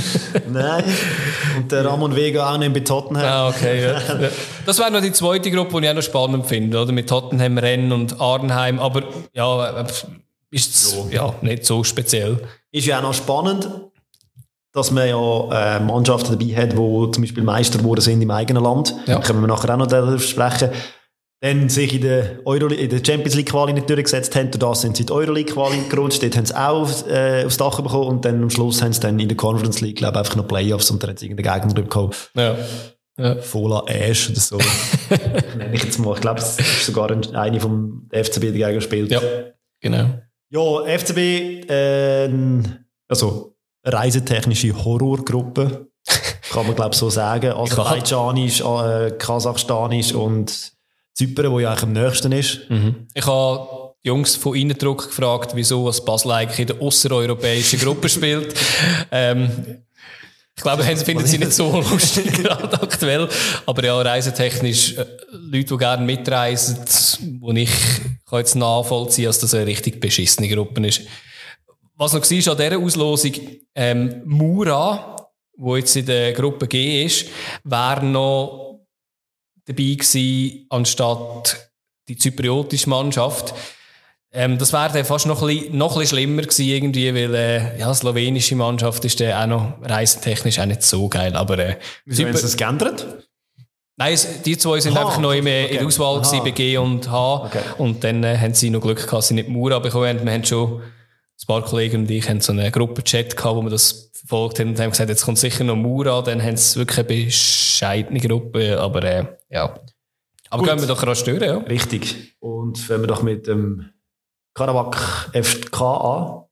Nein. Und der Ramon Vega auch nicht bei Tottenham. Ah, okay, ja. Das wäre noch die zweite Gruppe, die ich auch noch spannend finde, oder? Mit Tottenham, Rennes und Arnheim, aber ja, ist so. Ja, nicht so speziell. Ist ja auch noch spannend, dass man ja äh, Mannschaften dabei hat, die zum Beispiel Meister geworden sind im eigenen Land. Ja. Da können wir nachher auch noch darüber sprechen. Dann sich in der, Euro, in der Champions League Quali nicht durchgesetzt haben, durch das sind sie in die Euroleague Quali gerutscht, dort haben sie auch auf, äh, aufs Dach bekommen und dann am Schluss haben sie dann in der Conference League, glaube ich, einfach noch Playoffs und dann haben sie irgendeinen Gegner bekommen. Ja. Ja. Fola Ash oder so. Nenne ich jetzt mal. Ich glaube, es ist sogar eine vom F C B dagegen gespielt. Ja, genau. Ja, F C B, äh, also reisetechnische Horrorgruppe, kann man glaube ich so sagen. Aserbaidschanisch, äh, Kasachstanisch und Zypern, wo ja eigentlich am nächsten ist. Mhm. Ich habe die Jungs von Innendruck gefragt, wieso was Basel eigentlich in der außereuropäischen Gruppe spielt. Ähm, ich glaube, das finden sie nicht so lustig, gerade aktuell. Aber ja, reisetechnisch, äh, Leute, die gerne mitreisen, wo ich kann jetzt nachvollziehen, dass das eine richtig beschissene Gruppe ist. Was noch war an dieser Auslosung, ähm, Mura, wo jetzt in der Gruppe G ist, wäre noch dabei gewesen, anstatt die zypriotische Mannschaft. Ähm, das wäre dann fast noch ein bisschen, noch ein bisschen schlimmer gewesen, irgendwie, weil äh, ja, slowenische Mannschaft ist dann auch noch reisetechnisch auch nicht so geil. Aber, äh, wieso haben sie das geändert? Nein, es, die zwei sind Aha, einfach noch okay. in der Auswahl Aha. gewesen, bei G und H. Okay. Und dann äh, haben sie noch Glück gehabt, dass sie nicht Mura bekommen haben. Wir haben schon, ein paar Kollegen und ich haben so einen Gruppenchat gehabt, wo wir das verfolgt haben und haben gesagt, jetzt kommt sicher noch Mura, dann haben sie wirklich eine bescheidene Gruppe, aber äh, ja. Aber Gut. Gehen wir doch ran stören, ja. Richtig. Und wenn wir doch mit dem Karabakh F K an.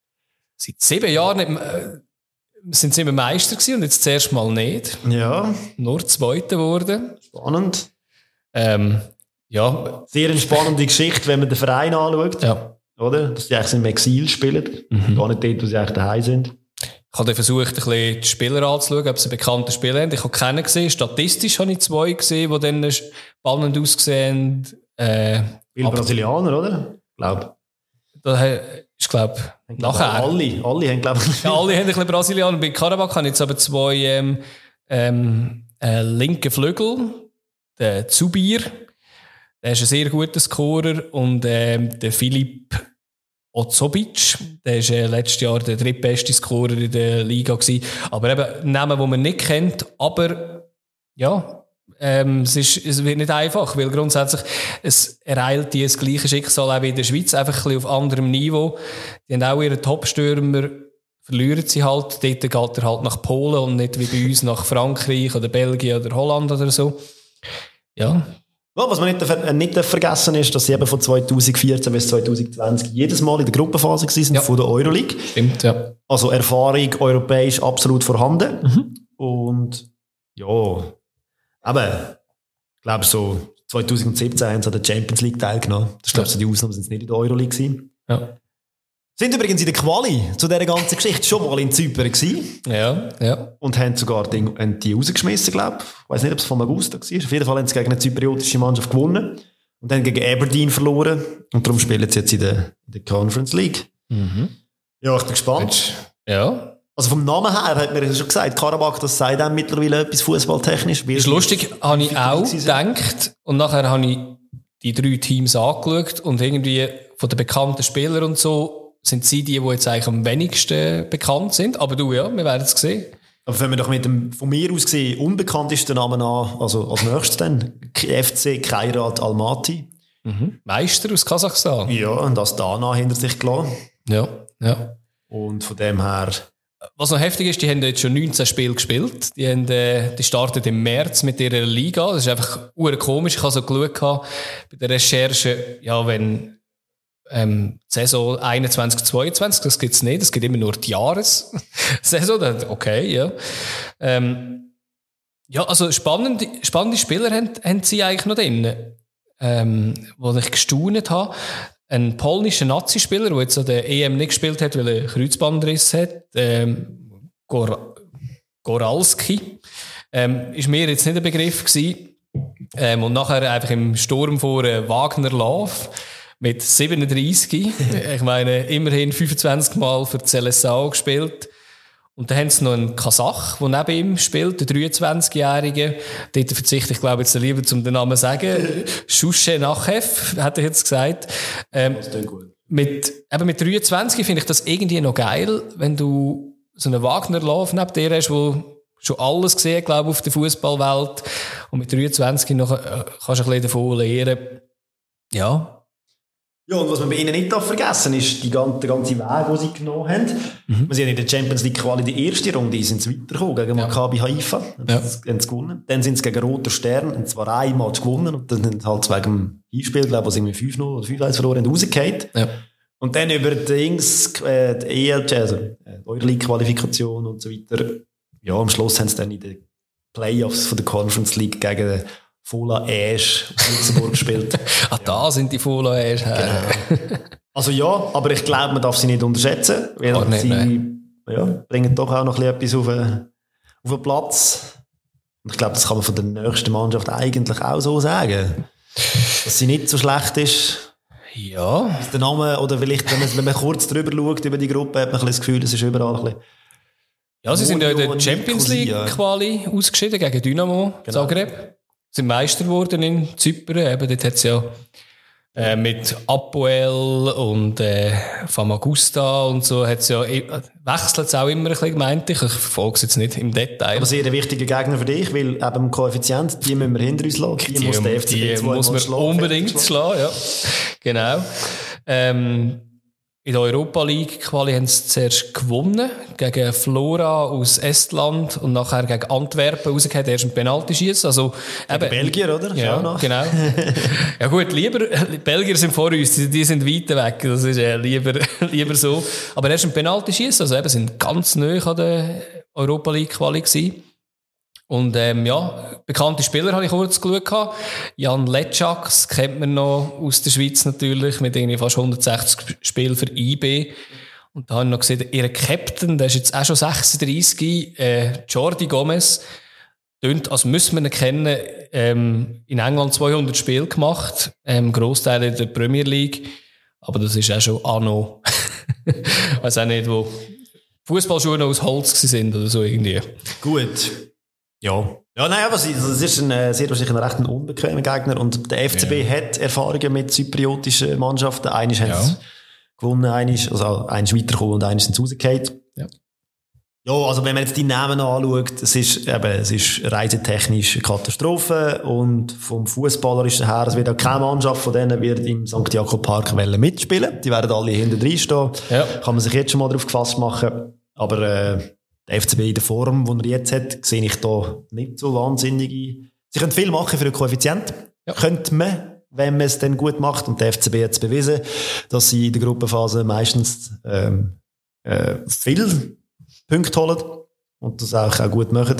Seit sieben Jahren nicht, äh, sind sie immer Meister gewesen und jetzt das erste Mal nicht. Ja. Nur Zweiter geworden. Spannend. Ähm, ja. Sehr eine spannende Geschichte, wenn man den Verein anschaut. Ja. Oder? Dass die eigentlich im Exil spielen. Mhm. Gar nicht dort, wo sie eigentlich daheim sind. Ich habe versucht, ein bisschen die Spieler anzuschauen, ob sie bekannte Spieler haben. Ich habe keinen gesehen. Statistisch habe ich zwei gesehen, die dann spannend ausgesehen haben. Äh, Viele Brasilianer, oder? Ich glaube. Das ist, glaube ich, nachher. Alle, alle haben, glaube ich. Ja, alle haben ein bisschen Brasilianer. Bei Karabakh habe ich jetzt aber zwei ähm, ähm, äh, linke Flügel. Der Zubir. Der ist ein sehr guter Scorer. Und ähm, der Filip Ozobic, der war äh, letztes Jahr der drittbeste Scorer in der Liga gewesen. Aber eben Namen, die man nicht kennt. Aber ja, ähm, es, ist, es wird nicht einfach, weil grundsätzlich es ereilt die das gleiche Schicksal auch wie in der Schweiz, einfach ein bisschen auf anderem Niveau. Die haben auch ihren Top-Stürmer, verlieren sie halt. Dort geht er halt nach Polen und nicht wie bei uns nach Frankreich oder Belgien oder Holland oder so. Ja. Ja, was man nicht, nicht vergessen ist, dass sie eben von zweitausendvierzehn bis zweitausendzwanzig jedes Mal in der Gruppenphase waren ja. von der Euroleague. Stimmt, ja. Also Erfahrung europäisch absolut vorhanden. Mhm. Und ja, aber ich glaube so zweitausendsiebzehn haben sie an der Champions League teilgenommen. Das ist glaube ich so die Ausnahme, sind es nicht in der Euroleague gewesen. Ja. Sind übrigens in der Quali zu dieser ganzen Geschichte schon mal in Zypern gewesen. Ja, ja. Und haben sogar die, haben die rausgeschmissen, glaube ich. Ich weiss nicht, ob es von Augusta war. Auf jeden Fall haben sie gegen eine zypriotische Mannschaft gewonnen. Und dann gegen Aberdeen verloren. Und darum spielen sie jetzt in der, in der Conference League. Mhm. Ja, ich bin gespannt. Ja. Also vom Namen her hat mir schon gesagt, Karabakh, das sei dann mittlerweile etwas fußballtechnisch. Ist lustig, habe ich auch gedacht. Und nachher habe ich die drei Teams angeschaut. Und irgendwie von den bekannten Spielern und so sind sie die, die jetzt eigentlich am wenigsten bekannt sind. Aber du, ja, wir werden es sehen. Aber wenn wir doch mit dem von mir aus gesehen unbekanntesten Namen an, also als nächstes dann, F C Kairat Almaty. Mhm. Meister aus Kasachstan. Ja, und Astana hinter sich gelassen. Ja, ja. Und von dem her... Was noch heftig ist, die haben jetzt schon neunzehn Spiele gespielt. Die, haben, äh, die starten im März mit ihrer Liga. Das ist einfach urkomisch. Ich habe so geschaut bei der Recherche, ja, wenn... Ähm, Saison einundzwanzig zweiundzwanzig, das gibt's nicht, es gibt immer nur die Jahressaison, okay, ja. Ähm, Ja, also spannende, spannende Spieler haben, haben sie eigentlich noch drin, ähm, wo ich gestaunt habe. Ein polnischer Nazi-Spieler, der jetzt an der E M nicht gespielt hat, weil er einen Kreuzbandriss hat, ähm, Gor- Goralski, ähm, ist mir jetzt nicht ein Begriff gewesen. Ähm, und nachher einfach im Sturm vor äh, Wagner Love mit siebenunddreissig. Ich meine, immerhin fünfundzwanzig Mal für die Seleção gespielt. Und dann haben sie noch einen Kasach, der neben ihm spielt, der dreiundzwanzigjährige. Dort verzichte ich, glaube ich, jetzt lieber zum den Namen sagen. Shushe Nachev, hat er jetzt gesagt. Ähm, das klingt gut. Mit, eben mit dreiundzwanzig finde ich das irgendwie noch geil, wenn du so einen Wagner Love neben dir hast, wo schon alles gesehen, glaube ich, auf der Fußballwelt. Und mit dreiundzwanzig noch, äh, kannst du ein bisschen davon lernen. Ja. Ja, und was man bei ihnen nicht vergessen darf, ist die ganze, der ganze Weg, den sie genommen haben. Mhm. Sie haben in der Champions League Quali die erste Runde sind sie weitergekommen, gegen ja. Maccabi Haifa. Ja. Haben sie gewonnen. Dann sind sie gegen Roter Stern, und zwar ein Match gewonnen, und dann sind sie halt wegen dem Hinspiel, glaube ich, sie irgendwie fünf null oder fünf eins verloren, rausgefallen. Ja. Und dann über die Dings, äh, die E L C, also die Euroleague-Qualifikation und so weiter. Ja, am Schluss haben sie dann in den Playoffs von der Conference League gegen Fola Ash Luxemburg gespielt. Ach, ja. Da sind die Fola Ash her. Genau. Also ja, aber ich glaube, man darf sie nicht unterschätzen, weil oh, nicht, sie ja, bringen doch auch noch etwas auf den, auf den Platz. Und ich glaube, das kann man von der nächsten Mannschaft eigentlich auch so sagen. Dass sie nicht so schlecht ist. Ja. Ist der Name, oder vielleicht, wenn man, wenn man kurz drüber schaut, über die Gruppe, hat man ein bisschen das Gefühl, es ist überall ein bisschen. Ja, sie sind ja in der Champions League Quali ausgeschieden gegen Dynamo genau. Zagreb. Sie sind Meister geworden in Zypern. Eben, dort hat es ja äh, mit Apoel und äh, Famagusta und so hat's ja, wechselt es auch immer ein bisschen, gemeint. Ich verfolge es jetzt nicht im Detail. Aber sehr ein wichtiger Gegner für dich, weil eben im Koeffizient, die müssen wir hinter uns lassen. Die, die muss der F C B die muss man schlagen, unbedingt schlagen. Ja. Genau. Ähm, In der Europa League Quali haben sie zuerst gewonnen gegen Flora aus Estland und nachher gegen Antwerpen rausgehauen, erst ein Penalty schießen. Also eben Belgier, oder? Ja, noch. Genau. Ja gut, lieber Belgier sind vor uns, die, die sind weit weg. Das ist äh, lieber lieber so. Aber erst ein Penalty schießen, also eben sind ganz nahe an der Europa League Quali gewesen. Und ähm, ja, bekannte Spieler habe ich kurz geschaut. Jan Letschaks kennt man noch aus der Schweiz natürlich, mit irgendwie fast hundertsechzig Spielen für I B. Und da habe ich noch gesehen, ihr Captain, der ist jetzt auch schon sechsunddreissig, äh, Jordi Gomez, tönt, als müssen wir ihn kennen, ähm, in England zweihundert Spiele gemacht, ähm, Grossteil in der Premier League. Aber das ist auch schon anno. Ich weiss auch nicht, wo Fußballschuhe noch aus Holz sind oder so irgendwie. Gut. Ja. Ja, nein, aber es ist ein, sehr wahrscheinlich ein recht unbequemer Gegner. Und der F C B ja. hat Erfahrungen mit zypriotischen Mannschaften. Eines haben sie ja. gewonnen, eines, also eines weitergekommen und eines sind rausgefallen. Ja. Ja, also wenn man jetzt die Namen anschaut, es ist eben, es ist reisetechnisch eine Katastrophe und vom Fußballerischen her, es wird auch keine Mannschaft von denen wird im Sankt Jakob Park mitspielen. Die werden alle hinten drin stehen. Ja. Kann man sich jetzt schon mal darauf gefasst machen. Aber, äh, der F C B in der Form, die er jetzt hat, sehe ich da nicht so wahnsinnige. Sie können viel machen für den Koeffizient. Ja. Könnte man, wenn man es dann gut macht. Und der F C B hat es bewiesen, dass sie in der Gruppenphase meistens ähm, äh, viel Punkte holen und das auch, auch gut machen.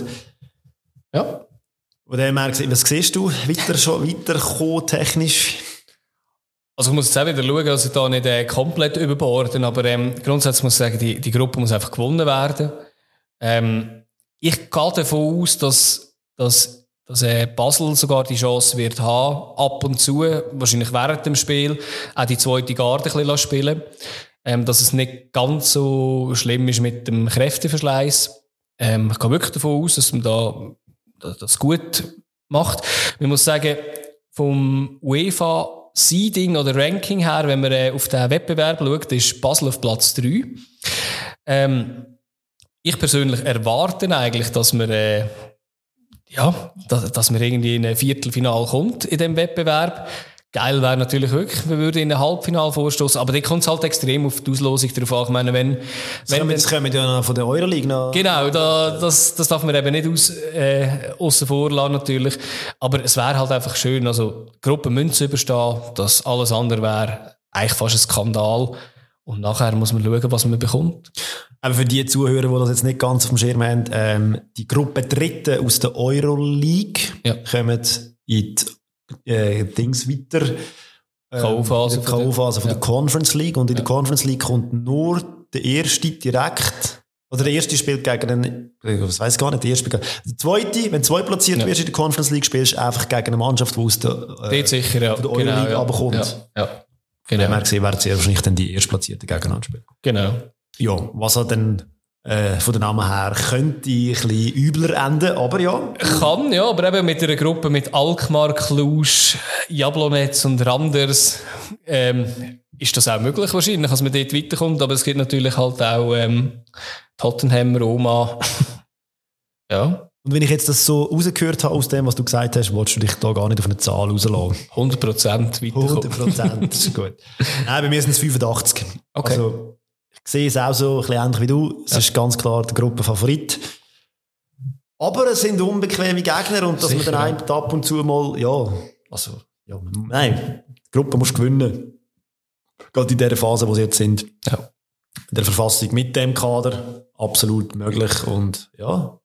Ja. Und dann merkst du, was siehst du? Weiter, schon weiterkommen technisch? Also ich muss jetzt auch wieder schauen, dass ich da nicht äh, komplett überborden, aber ähm, grundsätzlich muss ich sagen, die, die Gruppe muss einfach gewonnen werden. Ähm, ich gehe davon aus, dass, dass, dass äh, Basel sogar die Chance wird haben, ab und zu, wahrscheinlich während dem Spiel, auch die zweite Garde ein bisschen spielen. Ähm, dass es nicht ganz so schlimm ist mit dem Kräfteverschleiß. Ähm, ich gehe wirklich davon aus, dass man da das gut macht. Man muss sagen, vom UEFA Seeding oder Ranking her, wenn man äh, auf den Wettbewerb schaut, ist Basel auf Platz drei. Ähm, ich persönlich erwarte eigentlich, dass man, äh, ja, dass, dass man irgendwie in ein Viertelfinale kommt in diesem Wettbewerb. Geil wäre natürlich wirklich, wir würden in ein Halbfinale vorstoßen, aber da kommt es halt extrem auf die Auslosung drauf an. Ich meine, wenn, wenn das kommen ja noch von der Euroleague noch. Genau, da, das, das darf man eben nicht aus, äh, aussen vor lassen natürlich. Aber es wäre halt einfach schön, also die Gruppe müssen zu überstehen, dass alles andere wäre eigentlich fast ein Skandal. Und nachher muss man schauen, was man bekommt. Aber für die Zuhörer, die das jetzt nicht ganz auf dem Schirm haben, ähm, die Gruppe Dritte aus der Euroleague ja. kommen in die äh, Dings weiter. Ähm, K O-Phase. K O-Phase von ja. der Conference League. Und in ja. der Conference League kommt nur der Erste direkt. Oder der Erste spielt gegen den, ich weiss gar nicht, der Erste spielt gegen, der Zweite, wenn du zweitplatziert ja. wirst in der Conference League, spielst du einfach gegen eine Mannschaft, die aus der, äh, sicher, ja. von der Euroleague genau, ja. runterkommt. Ja. Ja. Genau. Wir haben gesehen, werden sehr wahrscheinlich dann die Erstplatzierten gegeneinander spielen. Genau. Ja, was halt dann äh, von den Namen her könnte ein bisschen übler enden, aber ja. Kann, ja, aber eben mit einer Gruppe mit Alkmaar, Cluj, Jablonec und Randers ähm, ist das auch möglich wahrscheinlich, dass man dort weiterkommt, aber es gibt natürlich halt auch ähm, Tottenham, Roma. Ja. Und wenn ich jetzt das so rausgehört habe aus dem, was du gesagt hast, willst du dich da gar nicht auf eine Zahl rauslassen? hundert Prozent weiterkommen. hundert Prozent, das ist gut. Nein, bei mir sind es fünfundachtzig. Okay. Also, ich sehe es auch so ein bisschen ähnlich wie du. Es ja. ist ganz klar der Gruppenfavorit. Aber es sind unbequeme Gegner und dass Sicher, man dann ja. ab und zu mal, ja, also, ja, nein, die Gruppe muss gewinnen. Gerade in der Phase, wo sie jetzt sind. Ja. In der Verfassung mit dem Kader. Absolut möglich und, ja.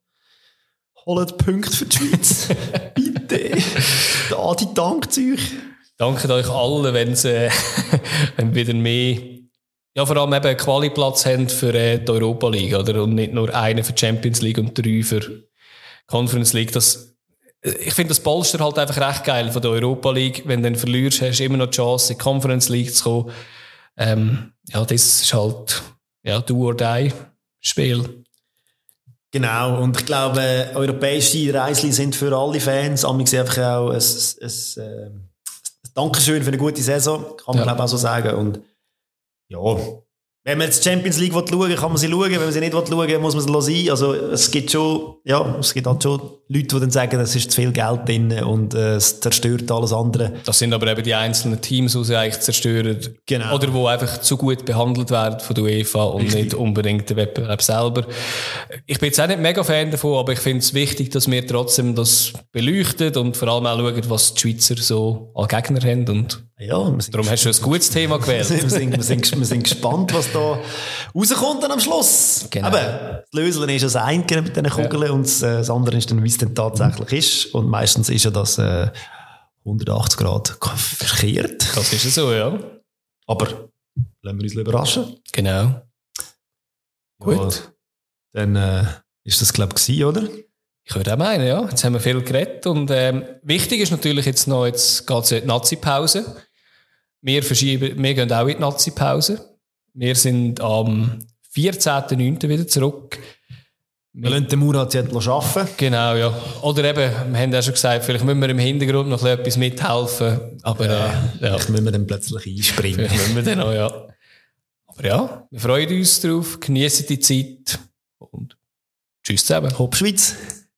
Holt Punkte für die Schweiz. Bitte. Der Adi dankt euch. Danke euch allen, wenn sie äh, wenn wieder mehr, ja, vor allem eben Quali-Platz haben für äh, die Europa League, oder? Und nicht nur einen für die Champions League und drei für Conference League. Das, ich finde das Polster halt einfach recht geil von der Europa League. Wenn du dann verlierst, hast du immer noch die Chance, in die Conference League zu kommen. Ähm, ja, das ist halt, ja, do or die Spiel. Genau, und ich glaube, europäische Reisen sind für alle Fans amigs einfach auch ein, ein, ein, ein Dankeschön für eine gute Saison, kann man ja. glaube ich auch so sagen. Und ja, wenn man jetzt die Champions League schauen will, kann man sie schauen, wenn man sie nicht schauen will, muss man sie sein. Also es gibt schon, ja, es gibt halt schon Leute, die dann sagen, es ist zu viel Geld drin und äh, es zerstört alles andere. Das sind aber eben die einzelnen Teams, die sie eigentlich zerstören. Genau. Oder die einfach zu gut behandelt werden von der UEFA und Richtig. Nicht unbedingt der Wettbewerb selber. Ich bin jetzt auch nicht mega Fan davon, aber ich finde es wichtig, dass wir trotzdem das beleuchten und vor allem auch schauen, was die Schweizer so an Gegner haben. Und ja, darum hast du ein gutes Thema gewählt. wir, sind, wir, sind, wir sind gespannt, was da rauskommt dann am Schluss. Genau. Aber das Löseln ist das eine mit diesen Kugeln ja. und das andere ist dann, wie es denn tatsächlich ist. Und meistens ist ja das äh, hundertachtzig Grad verkehrt. Das ist ja so, ja. Aber lassen wir uns überraschen. Genau. Gut. Ja, dann äh, ist das, glaube ich, gewesen, oder? Ich würde auch meinen, ja. Jetzt haben wir viel geredet. Und ähm, wichtig ist natürlich jetzt noch, jetzt geht es in die Nazi-Pause. Wir verschieben, wir gehen auch in die Nazi-Pause. Wir sind am vierzehnten neunten wieder zurück. Wir lassen den Murat jetzt arbeiten. Genau, ja. Oder eben, wir haben ja schon gesagt, vielleicht müssen wir im Hintergrund noch etwas mithelfen. Aber ja, äh, ja. Vielleicht müssen wir dann plötzlich einspringen. Vielleicht müssen wir dann auch, ja. Aber ja, wir freuen uns drauf, genießen die Zeit und tschüss zusammen. Hopp Schweiz.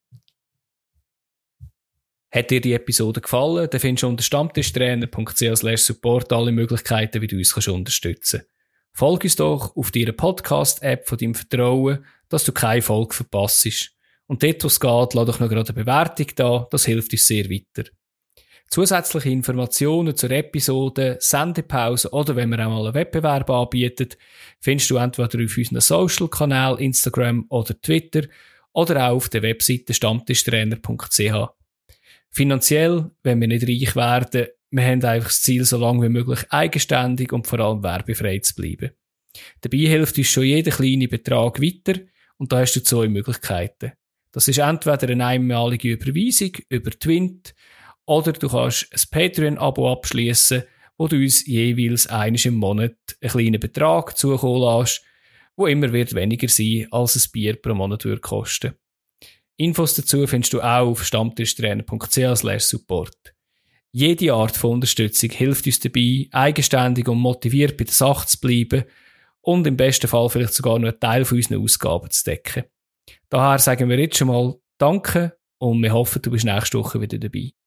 Hat dir die Episode gefallen, dann findest du unter stammtischtrainer punkt c h slash support alle Möglichkeiten, wie du uns kannst unterstützen kannst. Folge uns doch auf deiner Podcast-App von deinem Vertrauen, dass du keine Folge verpasst. Und dort, wo es geht, lass doch noch gerade eine Bewertung da, das hilft uns sehr weiter. Zusätzliche Informationen zur Episode, Sendepause oder wenn wir auch mal einen Wettbewerb anbieten, findest du entweder auf unseren Social-Kanälen, Instagram oder Twitter oder auch auf der Webseite stammtischtrainer punkt c h. Finanziell, wenn wir nicht reich werden, wir haben einfach das Ziel, so lange wie möglich eigenständig und vor allem werbefrei zu bleiben. Dabei hilft uns schon jeder kleine Betrag weiter und da hast du zwei Möglichkeiten. Das ist entweder eine einmalige Überweisung über Twint oder du kannst ein Patreon-Abo abschließen, wo du uns jeweils einmal im Monat einen kleinen Betrag zukommen lässt, wo immer wird weniger sein, als ein Bier pro Monat würde kosten. Infos dazu findest du auch auf stammtischtrainer punkt c h slash support. Jede Art von Unterstützung hilft uns dabei, eigenständig und motiviert bei der Sache zu bleiben und im besten Fall vielleicht sogar noch einen Teil von unseren Ausgaben zu decken. Daher sagen wir jetzt schon mal Danke und wir hoffen, du bist nächste Woche wieder dabei.